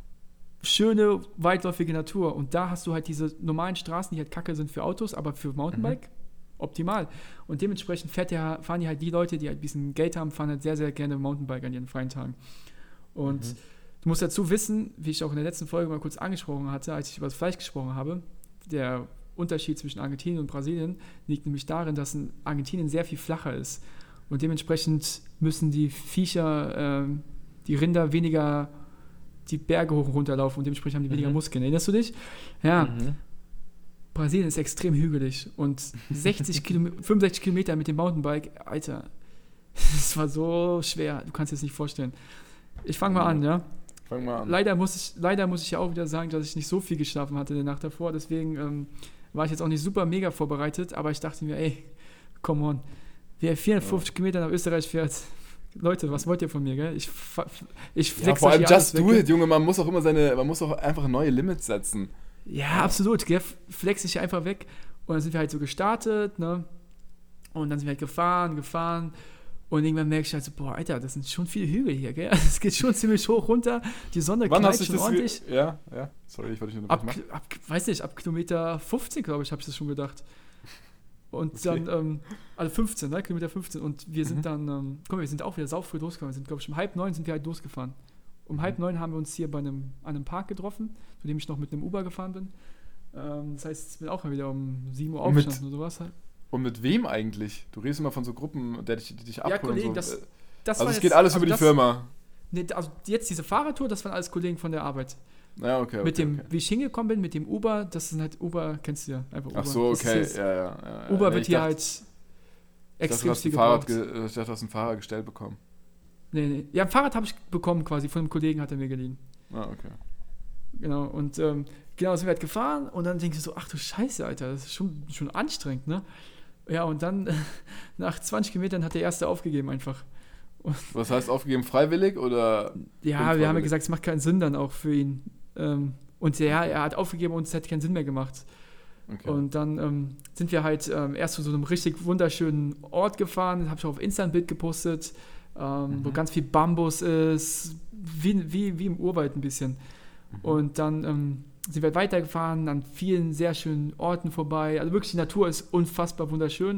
schöne, weitläufige Natur. Und da hast du halt diese normalen Straßen, die halt kacke sind für Autos, aber für Mountainbike mhm. optimal. Und dementsprechend fährt der, fahren die halt die Leute, die halt ein bisschen Geld haben, fahren halt sehr, sehr gerne Mountainbike an ihren freien Tagen. Und mhm. du musst dazu wissen, wie ich auch in der letzten Folge mal kurz angesprochen hatte, als ich über das Fleisch gesprochen habe, der Unterschied zwischen Argentinien und Brasilien liegt nämlich darin, dass in Argentinien sehr viel flacher ist. Und dementsprechend müssen die Viecher, äh, die Rinder weniger die Berge hoch und runter laufen und dementsprechend haben die weniger mhm. Muskeln. Erinnerst du dich? Ja. Mhm. Brasilien ist extrem hügelig und sechzig Kilometer, fünfundsechzig Kilometer mit dem Mountainbike, Alter, das war so schwer, du kannst dir das nicht vorstellen. Ich fange mal an, ja? Fang mal an. Leider muss ich, leider muss ich ja auch wieder sagen, dass ich nicht so viel geschlafen hatte in der Nacht davor, deswegen ähm, war ich jetzt auch nicht super mega vorbereitet, aber ich dachte mir, ey, come on, wer vierhundertfünfzig ja. Kilometer nach Österreich fährt, Leute, was wollt ihr von mir, gell? Ich, ich flex ja, vor allem just do it, Junge, man muss auch immer seine, man muss auch einfach neue Limits setzen. Ja, absolut, gell? Flex ich einfach weg und dann sind wir halt so gestartet, ne? Und dann sind wir halt gefahren, gefahren und irgendwann merke ich halt so, boah, Alter, das sind schon viele Hügel hier, gell? Es geht schon ziemlich hoch runter, die Sonne knallt schon ordentlich. Ge- ja, ja, sorry, ich wollte dich nur ab, ab, weiß nicht, ab Kilometer fünfzehn, glaube ich, habe ich das schon gedacht. Und okay. dann, ähm, also fünfzehn, ne? Kilometer fünfzehn und wir sind mhm. dann, ähm, komm, wir sind auch wieder saufrüh losgefahren, wir sind, glaube ich, um halb neun sind wir halt losgefahren. Um halb neun haben wir uns hier bei einem, an einem Park getroffen, zu dem ich noch mit einem Uber gefahren bin. Ähm, das heißt, ich bin auch mal wieder um sieben Uhr aufgestanden oder sowas halt. Und mit wem eigentlich? Du redest immer von so Gruppen, die dich, die dich abholen. Ja, Kollegen, und so. das, das Also war es jetzt, geht alles also über die das, Firma. Nee, also jetzt diese Fahrradtour, das waren alles Kollegen von der Arbeit. Ja, okay, okay. Mit dem, okay. wie ich hingekommen bin, mit dem Uber, das ist halt Uber, kennst du ja, einfach Uber. Ach so, okay, ist, ja, ja, ja. Uber nee, wird hier dachte, halt extrem ich viel dachte, gebraucht. ge- ich dachte, du hast ein Fahrrad gestellt bekommen. Nee, nee. Ja, ein Fahrrad habe ich bekommen quasi, von einem Kollegen hat er mir geliehen. Ah, okay. Genau, und ähm, genau, sind wir halt gefahren und dann denke ich so, ach du Scheiße, Alter, das ist schon, schon anstrengend, ne? Ja, und dann nach zwanzig Kilometern hat der Erste aufgegeben einfach. Und Was heißt aufgegeben, freiwillig oder? ja, unfreiwillig? wir haben ja gesagt, es macht keinen Sinn dann auch für ihn. Ähm, und ja, er hat aufgegeben und es hat keinen Sinn mehr gemacht. Okay. Und dann ähm, sind wir halt ähm, erst zu so einem richtig wunderschönen Ort gefahren, habe ich auch auf Insta ein Bild gepostet, ähm, Mhm. wo ganz viel Bambus ist, wie, wie, wie im Urwald ein bisschen. Mhm. Und dann ähm, sind wir weitergefahren, an vielen sehr schönen Orten vorbei. Also wirklich, die Natur ist unfassbar wunderschön.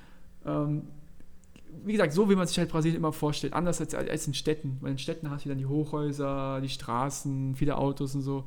Ähm, wie gesagt, so wie man sich halt Brasilien immer vorstellt, anders als, als in Städten. Weil in Städten hast du dann die Hochhäuser, die Straßen, viele Autos und so.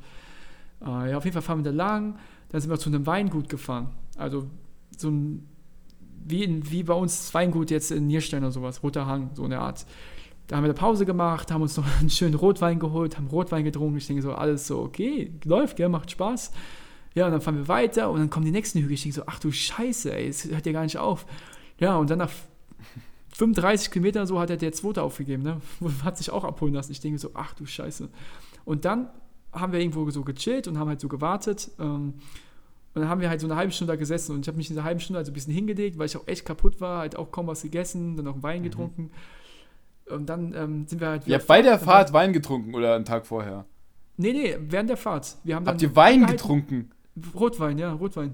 Äh, ja, auf jeden Fall fahren wir da lang. Dann sind wir zu einem Weingut gefahren. Also so ein, wie, in, wie bei uns das Weingut jetzt in Nierstein oder sowas, Roter Hang, so eine Art. Da haben wir eine Pause gemacht, haben uns noch einen schönen Rotwein geholt, haben Rotwein getrunken. Ich denke so, alles so, okay, läuft, gell, macht Spaß. Ja, und dann fahren wir weiter und dann kommen die nächsten Hügel. Ich denke so, ach du Scheiße, ey, es hört ja gar nicht auf. Ja, und dann nach fünfunddreißig Kilometern so hat er der Zweite aufgegeben, ne? Hat sich auch abholen lassen. Ich denke so, ach du Scheiße. Und dann haben wir irgendwo so gechillt und haben halt so gewartet. Ähm, und dann haben wir halt so eine halbe Stunde da gesessen und ich habe mich in dieser halben Stunde halt so ein bisschen hingelegt, weil ich auch echt kaputt war, halt auch kaum was gegessen, dann auch einen Wein Mhm. getrunken. Und dann ähm, sind wir halt Ihr wieder habt bei der dann Fahrt Wein getrunken oder einen Tag vorher? Nee, nee, während der Fahrt. Wir haben dann Habt ihr Wein angehalten. getrunken? Rotwein, ja, Rotwein.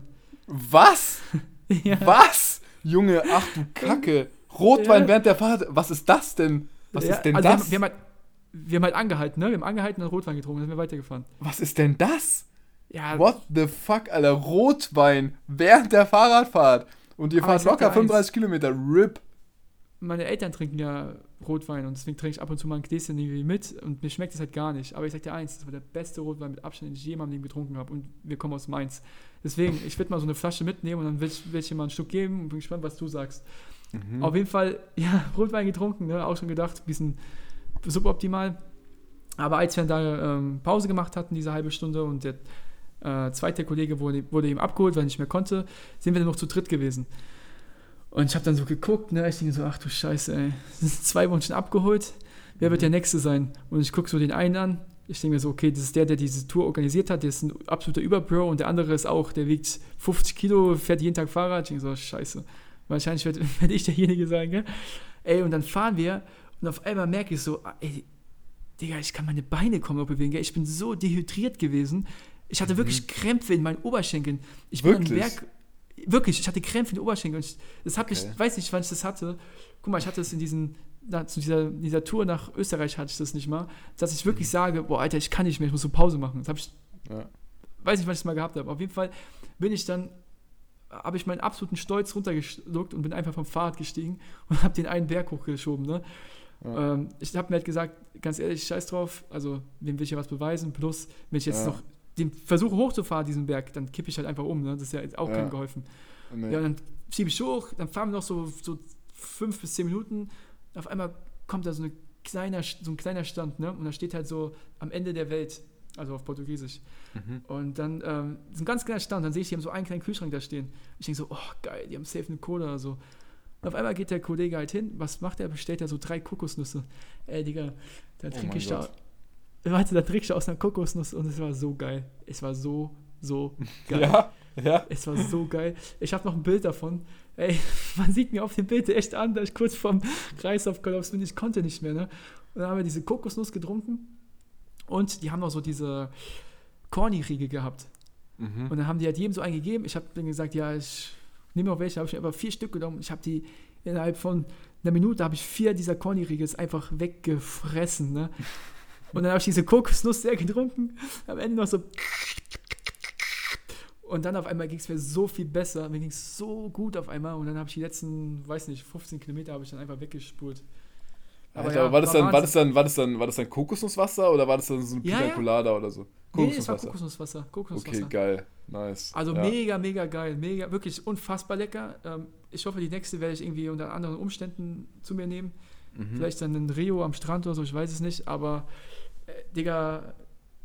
Was? Ja. Was? Junge, ach du Kacke. Rotwein Ja. während der Fahrt? Was ist das denn? Was Ja, ist denn also das? Wir haben, wir, haben halt, wir haben halt angehalten, ne? Wir haben angehalten und Rotwein getrunken, dann sind wir weitergefahren. Was ist denn das? Ja, What the fuck, Alter? Rotwein während der Fahrradfahrt. Und ihr Aber fahrt ich sag dir locker fünfunddreißig Kilometer. R I P. meine Eltern trinken ja Rotwein und deswegen trinke ich ab und zu mal ein Gläschen irgendwie mit und mir schmeckt das halt gar nicht. Aber ich sag dir eins, das war der beste Rotwein mit Abstand, den ich je in meinem Leben getrunken habe und wir kommen aus Mainz. Deswegen, ich würde mal so eine Flasche mitnehmen und dann will ich, will ich dir mal ein Stück geben und bin gespannt, was du sagst. Mhm. Auf jeden Fall, ja, Rotwein getrunken, ne? Auch schon gedacht, ein bisschen suboptimal. Aber als wir dann da ähm, Pause gemacht hatten, diese halbe Stunde und der äh, zweite Kollege wurde, wurde eben abgeholt, weil er nicht mehr konnte, sind wir dann noch zu dritt gewesen. Und ich habe dann so geguckt, ne, ich denke so, ach du Scheiße, ey, sind zwei wurden schon abgeholt, wer wird der Nächste sein? Und ich gucke so den einen an, ich denke mir so, okay, das ist der, der diese Tour organisiert hat, der ist ein absoluter Überbro und der andere ist auch, der wiegt fünfzig Kilo, fährt jeden Tag Fahrrad. Ich denke so, Scheiße, wahrscheinlich werde werd ich derjenige sein, gell? Ey, und dann fahren wir und auf einmal merke ich so, ey, Digga, ich kann meine Beine kaum noch bewegen, gell? Ich bin so dehydriert gewesen, ich hatte wirklich Krämpfe in meinen Oberschenkeln. Ich bin Wirklich? am Berg, wirklich, ich hatte Krämpfe in den Oberschenkeln. Und ich, das hab Okay. ich weiß nicht, wann ich das hatte. Guck mal, ich hatte das in diesen, na, zu dieser, dieser Tour nach Österreich hatte ich das nicht mal, dass ich wirklich sage, boah, Alter, ich kann nicht mehr, ich muss so Pause machen. Das habe ich, Ja. weiß nicht, wann ich das mal gehabt habe. Auf jeden Fall bin ich dann, habe ich meinen absoluten Stolz runtergeschluckt und bin einfach vom Fahrrad gestiegen und habe den einen Berg hochgeschoben, ne? Ja. Ähm, ich habe mir halt gesagt, ganz ehrlich, scheiß drauf, also wem will ich ja was beweisen, plus, wenn ich jetzt Ja. noch den versuche hochzufahren, diesen Berg, dann kippe ich halt einfach um, ne? Das ist ja jetzt auch Ja. keinem geholfen. Nee. Ja, und dann schiebe ich hoch, dann fahren wir noch so, so fünf bis zehn Minuten. Auf einmal kommt da so, eine kleiner, so ein kleiner Stand, ne? Und da steht halt so am Ende der Welt, also auf Portugiesisch. Mhm. Und dann ähm, ist ein ganz kleiner Stand, dann sehe ich, die haben so einen kleinen Kühlschrank da stehen. Ich denke so, oh geil, die haben safe eine Cola oder so. Und auf einmal geht der Kollege halt hin, was macht er? Bestellt er so drei Kokosnüsse. Ey, Digga, da Oh trinke mein ich da. Gott. Warte, da trinke ich aus einer Kokosnuss und es war so geil. Es war so, so geil. Ja, ja. Es war so geil. Ich habe noch ein Bild davon. Ey, man sieht mir auf dem Bild echt an, dass ich kurz vorm Kreislaufkollaps bin. Ich konnte nicht mehr, ne? Und dann haben wir diese Kokosnuss getrunken und die haben noch so diese Corny-Riegel gehabt. Mhm. Und dann haben die halt jedem so einen gegeben. Ich habe dann gesagt, ja, ich nehme auch welche. Habe ich mir aber vier Stück genommen. Ich habe die innerhalb von einer Minute habe ich vier dieser Corny-Riegels einfach weggefressen, ne? Und dann habe ich diese Kokosnuss sehr getrunken. Am Ende noch so. Und dann auf einmal ging es mir so viel besser. Mir ging es so gut auf einmal. Und dann habe ich die letzten, weiß nicht, fünfzehn Kilometer habe ich dann einfach weggespult. Aber Alter, ja, war, das dann, war, das dann, war das dann war das dann Kokosnusswasser oder war das dann so ein Ja, Pina ja. Colada oder so? Nee, es war Kokosnusswasser. Kokosnusswasser. Okay, geil. Nice. Also ja. mega, mega geil. Mega, wirklich unfassbar lecker. Ähm, ich hoffe, die nächste werde ich irgendwie unter anderen Umständen zu mir nehmen. Mhm. Vielleicht dann in Rio am Strand oder so, ich weiß es nicht, aber äh, Digga,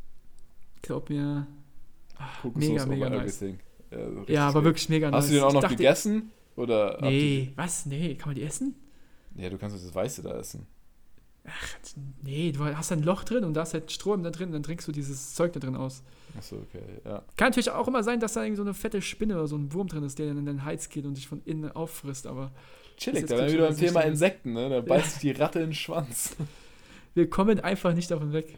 glaub mir, ach, mega, mega nice. Ja, so ja, aber wirklich mega nice. Hast du den auch Ich noch dachte, gegessen? Oder nee, was? Nee, kann man die essen? Ja, du kannst das Weiße da essen. Ach, nee, du hast ein Loch drin und da ist halt Strom da drin und dann trinkst du dieses Zeug da drin aus. Achso, okay, ja. Kann natürlich auch immer sein, dass da irgendwie so eine fette Spinne oder so ein Wurm drin ist, der dann in den Hals geht und dich von innen auffrisst, aber... Chillig, da wären wir wieder beim Thema Insekten, ne? Da beißt sich die Ratte in den Schwanz. Wir kommen einfach nicht davon weg.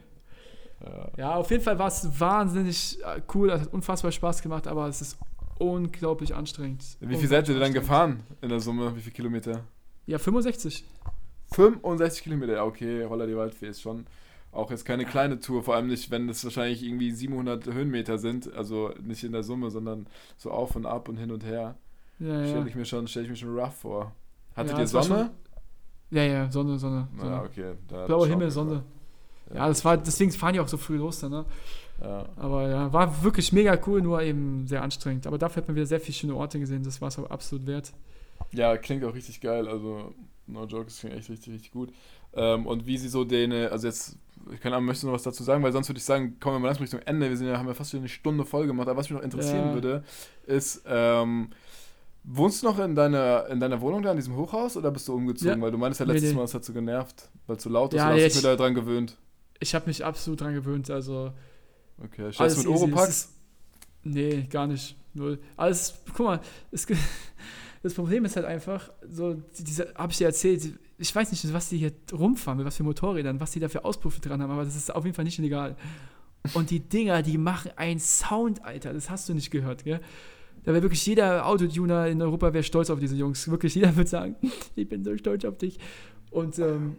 Ja, ja auf jeden Fall war es wahnsinnig cool, es hat unfassbar Spaß gemacht, aber es ist unglaublich anstrengend. Wie viel seid ihr denn gefahren in der Summe? Wie viele Kilometer? Ja, fünfundsechzig. fünfundsechzig Kilometer, ja okay, Holla die Waldfee ist schon auch jetzt keine kleine Tour, vor allem nicht, wenn es wahrscheinlich irgendwie siebenhundert Höhenmeter sind, also nicht in der Summe, sondern so auf und ab und hin und her. Ja, Stelle ja. ich mir schon, stell ich mir schon rough vor. Hattet Ja, ihr es war Sonne? schon- Ja, ja, Sonne, Sonne. Sonne. Ja, okay. da Blauer schaut Himmel, man Sonne. mal. Ja, das war, deswegen fahren die auch so früh los dann, ne? Ja. Aber ja, war wirklich mega cool, nur eben sehr anstrengend. Aber dafür hat man wieder sehr viele schöne Orte gesehen, das war es auch absolut wert. ja, klingt auch richtig geil, also no joke, es klingt echt richtig, richtig gut. Ähm, und wie sie so den, also jetzt, ich keine Ahnung, möchtest du noch was dazu sagen, weil sonst würde ich sagen, kommen wir mal langsam Richtung Ende, wir sind ja, haben ja fast wieder eine Stunde voll gemacht, aber was mich noch interessieren Ja. würde, ist, ähm, wohnst du noch in deiner, in deiner Wohnung da, in diesem Hochhaus, oder bist du umgezogen? Ja. Weil du meinst ja Nee, letztes nee. Mal, es hat so genervt, weil es so laut ist, Ja, oder nee, hast du dich ich- wieder daran gewöhnt? Ich habe mich absolut dran gewöhnt, also Okay, alles scheiß mit easy. Es Oropax? ist- Nee, gar nicht. Null. Alles, guck mal, es, ge- das Problem ist halt einfach, so, die- diese, habe ich dir erzählt, ich weiß nicht, was die hier rumfahren, mit was für Motorrädern, was die da für Auspuffe dran haben, aber das ist auf jeden Fall nicht illegal. Und die Dinger, die machen einen Sound, Alter, das hast du nicht gehört, gell? Da wäre wirklich jeder Autotuner in Europa wäre stolz auf diese Jungs. Wirklich, jeder würde sagen, ich bin so stolz auf dich. Und ähm,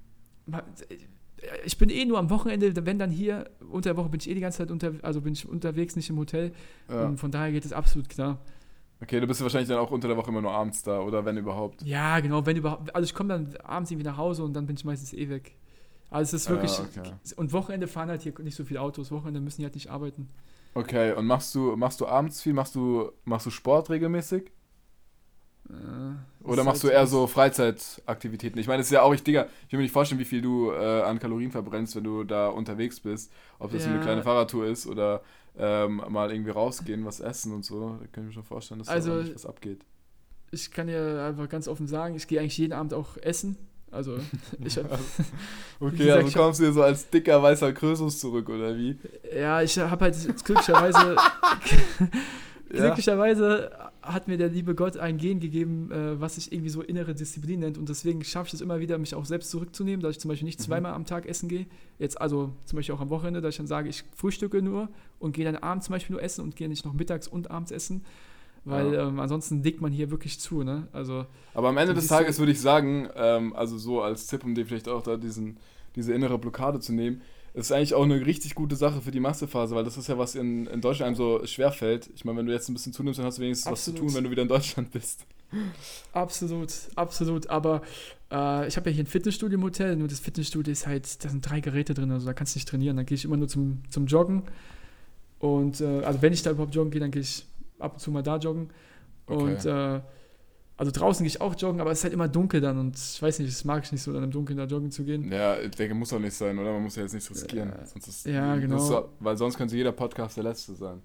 ma- ich bin eh nur am Wochenende, wenn dann hier, unter der Woche bin ich eh die ganze Zeit unter, also bin ich unterwegs, nicht im Hotel. Ja. Und von daher geht es absolut klar. Okay, du bist ja wahrscheinlich dann auch unter der Woche immer nur abends da, oder wenn überhaupt. Ja, genau, wenn überhaupt. Also ich komme dann abends irgendwie nach Hause und dann bin ich meistens eh weg. Also es ist wirklich. Ah, okay. Und Wochenende fahren halt hier nicht so viele Autos. Wochenende müssen die halt nicht arbeiten. Okay, und machst du, machst du abends viel? Machst du, machst du Sport regelmäßig? Äh, Oder ist machst halt- du eher so Freizeitaktivitäten? Ich meine, es ist ja auch, ich, Digga, ich will mir nicht vorstellen, wie viel du äh, an Kalorien verbrennst, wenn du da unterwegs bist. Ob das Ja. eine kleine Fahrradtour ist oder ähm, mal irgendwie rausgehen, was essen und so. Da kann ich mir schon vorstellen, dass Also- da ordentlich was abgeht. Ich kann dir einfach ganz offen sagen, ich gehe eigentlich jeden Abend auch essen. Also, ich hab, Okay, gesagt, also ich hab- kommst du hier so als dicker weißer Krösus zurück, oder wie? ja, ich habe halt glücklicherweise, Ja. glücklicherweise hat mir der liebe Gott ein Gen gegeben, äh, was sich irgendwie so innere Disziplin nennt und deswegen schaffe ich es immer wieder, mich auch selbst zurückzunehmen, dass ich zum Beispiel nicht Mhm. zweimal am Tag essen gehe. Jetzt also zum Beispiel auch am Wochenende, dass ich dann sage, ich frühstücke nur und gehe dann abends zum Beispiel nur essen und gehe nicht noch mittags und abends essen, weil Ja. ähm, ansonsten legt man hier wirklich zu, ne? Also Aber am Ende So des siehst du- Tages würde ich sagen, ähm, also so als Tipp, um dir vielleicht auch da diesen, diese innere Blockade zu nehmen, ist eigentlich auch eine richtig gute Sache für die Massephase, weil das ist ja was in, in Deutschland einem so schwer fällt. Ich meine, wenn du jetzt ein bisschen zunimmst, dann hast du wenigstens was zu Absolut. tun, wenn du wieder in Deutschland bist. absolut, absolut. Aber äh, ich habe ja hier ein Fitnessstudio im Hotel, nur das Fitnessstudio ist halt, da sind drei Geräte drin, also da kannst du nicht trainieren. Dann gehe ich immer nur zum, zum Joggen. Und äh, also wenn ich da überhaupt joggen gehe, dann gehe ich ab und zu mal da joggen. Okay. Und äh, also draußen gehe ich auch joggen, aber es ist halt immer dunkel dann und ich weiß nicht, das mag ich nicht so, dann im Dunkeln da joggen zu gehen. Ja, ich denke, muss auch nicht sein, oder? Man muss ja jetzt nichts riskieren. Ja. Sonst ist, Ja, das genau. Ist so, weil sonst könnte jeder Podcast der letzte sein.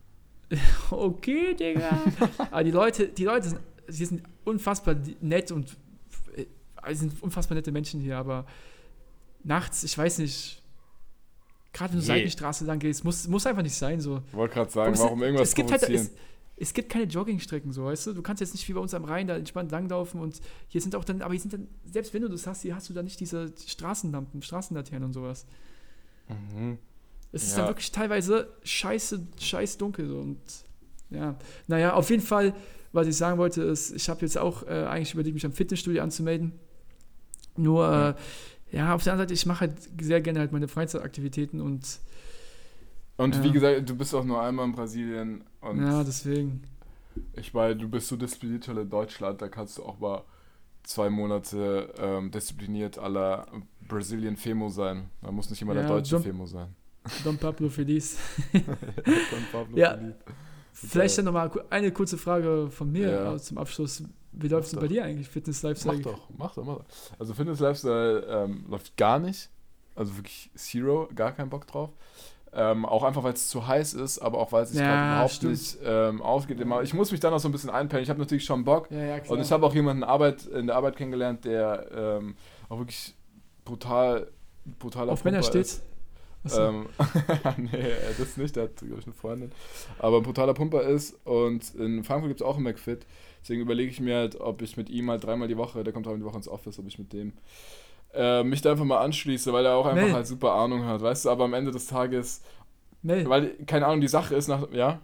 Okay, Digga. Aber die Leute, die Leute sind, sie sind unfassbar nett und äh, sie sind unfassbar nette Menschen hier, aber nachts, ich weiß nicht, gerade wenn du Nee. Seitenstraße lang gehst, muss, muss einfach nicht sein. So. Ich wollte gerade sagen, Und es- warum irgendwas es gibt halt, provozieren? es, es gibt keine Joggingstrecken, so, weißt du? Du kannst jetzt nicht wie bei uns am Rhein da entspannt langlaufen und hier sind auch dann, aber hier sind dann, selbst wenn du das hast, hier hast du dann nicht diese Straßenlampen, Straßenlaternen und sowas. Mhm. Es ist Ja. dann wirklich teilweise scheiße, scheiß dunkel so und ja, naja, auf jeden Fall, was ich sagen wollte, ist, ich habe jetzt auch äh, eigentlich überlegt, mich am Fitnessstudio anzumelden. Nur, äh, ja, auf der anderen Seite, ich mache halt sehr gerne halt meine Freizeitaktivitäten und Und Ja. wie gesagt, du bist auch nur einmal in Brasilien und ja, deswegen. ich meine, du bist so diszipliniert in Deutschland, da kannst du auch mal zwei Monate ähm, diszipliniert à la Brazilian Femo sein. Da muss nicht immer der Ja, deutsche Dom- Femo sein. Don Pablo Feliz. Don Pablo Ja. Feliz. Vielleicht dann nochmal eine kurze Frage von mir Ja. äh, zum Abschluss. Wie läuft es Mach bei doch. dir eigentlich, Fitness-Lifestyle? Mach doch, mach doch, mach doch. Also Fitness-Lifestyle ähm, läuft gar nicht. Also wirklich zero, gar keinen Bock drauf. Ähm, auch einfach, weil es zu heiß ist, aber auch, weil es sich Ja, gerade überhaupt stimmt. nicht ähm, ausgeht. Immer. Ich muss mich dann auch so ein bisschen einpennen. Ich habe natürlich schon Bock. Ja, ja, klar. Und ich habe auch jemanden Arbeit, in der Arbeit kennengelernt, der ähm, auch wirklich brutal, brutaler Auf Männer Pumper steht. ist. Achso. Ähm, nee, das nicht, der hat, glaube ich, eine Freundin. Aber ein brutaler Pumper ist und in Frankfurt gibt es auch einen McFit. Deswegen überlege ich mir halt, ob ich mit ihm halt dreimal die Woche, der kommt dreimal die Woche ins Office, ob ich mit dem äh, mich da einfach mal anschließe, weil er auch einfach Mel. halt super Ahnung hat, weißt du, aber am Ende des Tages, Mel, weil, keine Ahnung, die Sache ist nach, ja?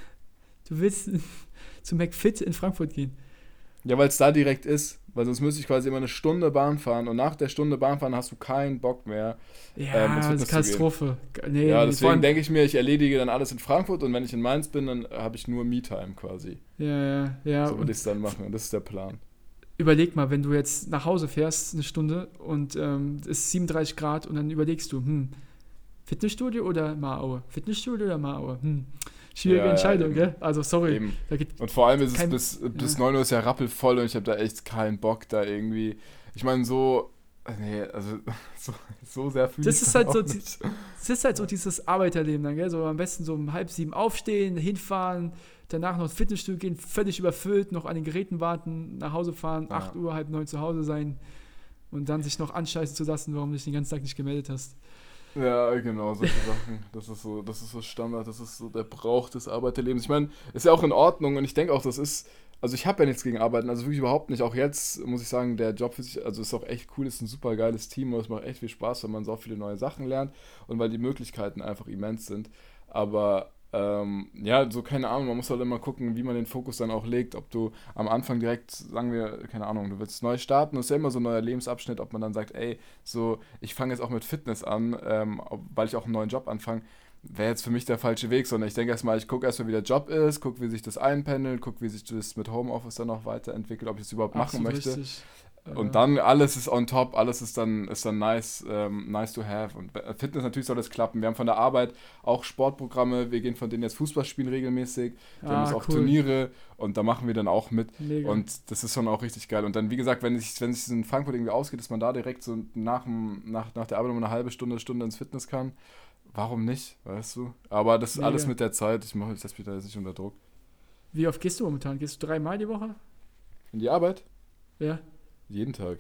du willst zu McFit in Frankfurt gehen. Ja, weil es da direkt ist, weil sonst müsste ich quasi immer eine Stunde Bahn fahren und nach der Stunde Bahn fahren hast du keinen Bock mehr. Ja, Ähm, ins das Fitness ist zu Katastrophe. Nee, Ja, nee, vor deswegen allem- denke ich mir, ich erledige dann alles in Frankfurt und wenn ich in Mainz bin, dann habe ich nur Me-Time quasi. Ja, ja, ja. So und würde ich es dann machen und das ist der Plan. überleg mal, wenn du jetzt nach Hause fährst, eine Stunde und ähm, es ist siebenunddreißig Grad und dann überlegst du, hm, Fitnessstudio oder Maraue? Fitnessstudio oder Maraue? Hm, schwierige Ja, ja, Entscheidung, eben. gell? Also, sorry. Eben. Da geht, Und vor allem ist es Kein- bis, bis ja. neun Uhr ist ja rappelvoll und ich habe da echt keinen Bock da irgendwie. Ich meine, so. Nee, also so, so sehr fühle Das ich ist dann halt so auch die- nicht. es ist halt so dieses Arbeiterleben dann, gell? So am besten so um halb sieben aufstehen, hinfahren, danach noch ins Fitnessstudio gehen, völlig überfüllt, noch an den Geräten warten, nach Hause fahren, Ja. acht Uhr, halb neun zu Hause sein und dann sich noch anscheißen zu lassen, warum du dich den ganzen Tag nicht gemeldet hast. Ja, genau, solche Sachen. Das ist so, das ist so Standard, das ist so der Brauch des Arbeiterlebens. Ich meine, ist ja auch in Ordnung und ich denke auch, das ist, also ich habe ja nichts gegen Arbeiten, also wirklich überhaupt nicht. Auch jetzt muss ich sagen, der Job für sich, also ist auch echt cool, ist ein super geiles Team und es macht echt viel Spaß, weil man so viele neue Sachen lernt und weil die Möglichkeiten einfach immens sind. Aber ähm, ja, so keine Ahnung, man muss halt immer gucken, wie man den Fokus dann auch legt, ob du am Anfang direkt, sagen wir, keine Ahnung, du willst neu starten, das ist ja immer so ein neuer Lebensabschnitt, ob man dann sagt, ey, so, ich fange jetzt auch mit Fitness an, ähm, ob- weil ich auch einen neuen Job anfange, wäre jetzt für mich der falsche Weg, sondern ich denke erstmal, ich gucke erstmal, wie der Job ist, gucke, wie sich das einpendelt, gucke, wie sich das mit Homeoffice dann noch weiterentwickelt, ob ich das überhaupt machen Absolut möchte. richtig. Äh, Und dann alles ist on top, alles ist dann, ist dann nice, ähm, nice to have. Und bei Fitness natürlich soll das klappen. Wir haben von der Arbeit auch Sportprogramme, wir gehen von denen jetzt Fußball spielen regelmäßig, wir haben Ah, jetzt auch cool. Turniere und da machen wir dann auch mit. Mega. Und das ist schon auch richtig geil. Und dann, wie gesagt, wenn es wenn es in Frankfurt irgendwie ausgeht, dass man da direkt so nach, dem, nach, nach der Arbeit um eine halbe Stunde, Stunde ins Fitness kann, warum nicht, weißt du? Aber das ist Mega. alles mit der Zeit. Ich mache ich setze mich da jetzt nicht unter Druck. Wie oft gehst du momentan? Gehst du dreimal die Woche? In die Arbeit? Ja. Jeden Tag.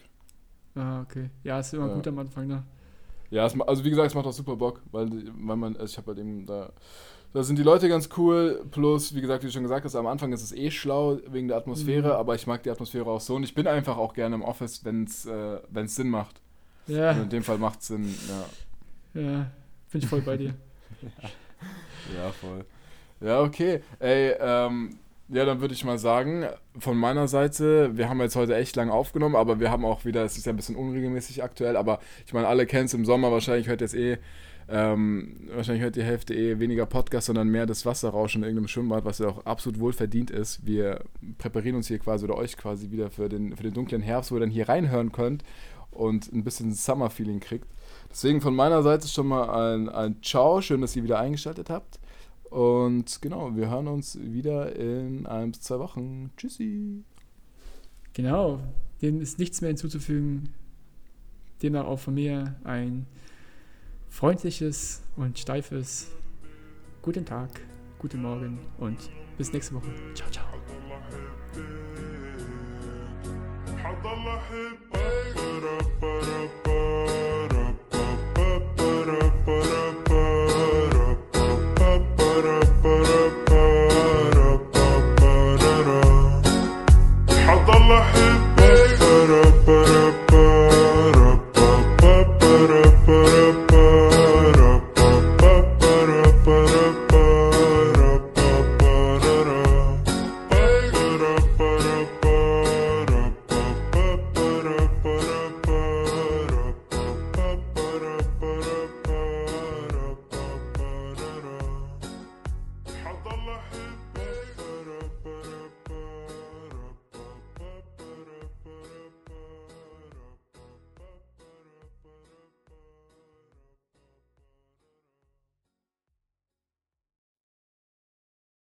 Ah, okay. Ja, ist immer Ja. gut am Anfang, ne? Ja, es, ma- also wie gesagt, es macht auch super Bock, weil, weil man, also ich habe halt eben da, da sind die Leute ganz cool, plus, wie gesagt, wie du schon gesagt hast, am Anfang ist es eh schlau wegen der Atmosphäre, Mhm. aber ich mag die Atmosphäre auch so und ich bin einfach auch gerne im Office, wenn es äh, wenn's Sinn macht. Ja, Und in dem Fall macht es Sinn, ja. ja. Bin ich voll bei dir. Ja, voll. Ja, okay. Ey, ähm, ja, dann würde ich mal sagen, von meiner Seite, wir haben jetzt heute echt lang aufgenommen, aber wir haben auch wieder, es ist ja ein bisschen unregelmäßig aktuell, aber ich meine, alle kennen es im Sommer, wahrscheinlich hört jetzt eh, ähm, wahrscheinlich hört die Hälfte eh weniger Podcast, sondern mehr das Wasserrauschen in irgendeinem Schwimmbad, was ja auch absolut wohlverdient ist. Wir präparieren uns hier quasi oder euch quasi wieder für den, für den dunklen Herbst, wo ihr dann hier reinhören könnt und ein bisschen Summer-Feeling kriegt. Deswegen von meiner Seite schon mal ein, ein Ciao, schön, dass ihr wieder eingeschaltet habt. Und genau, wir hören uns wieder in ein bis zwei Wochen. Tschüssi. Genau. Dem ist nichts mehr hinzuzufügen. Demnach auch von mir ein freundliches und steifes Guten Tag, guten Morgen und bis nächste Woche. Ciao, ciao. حضل احبك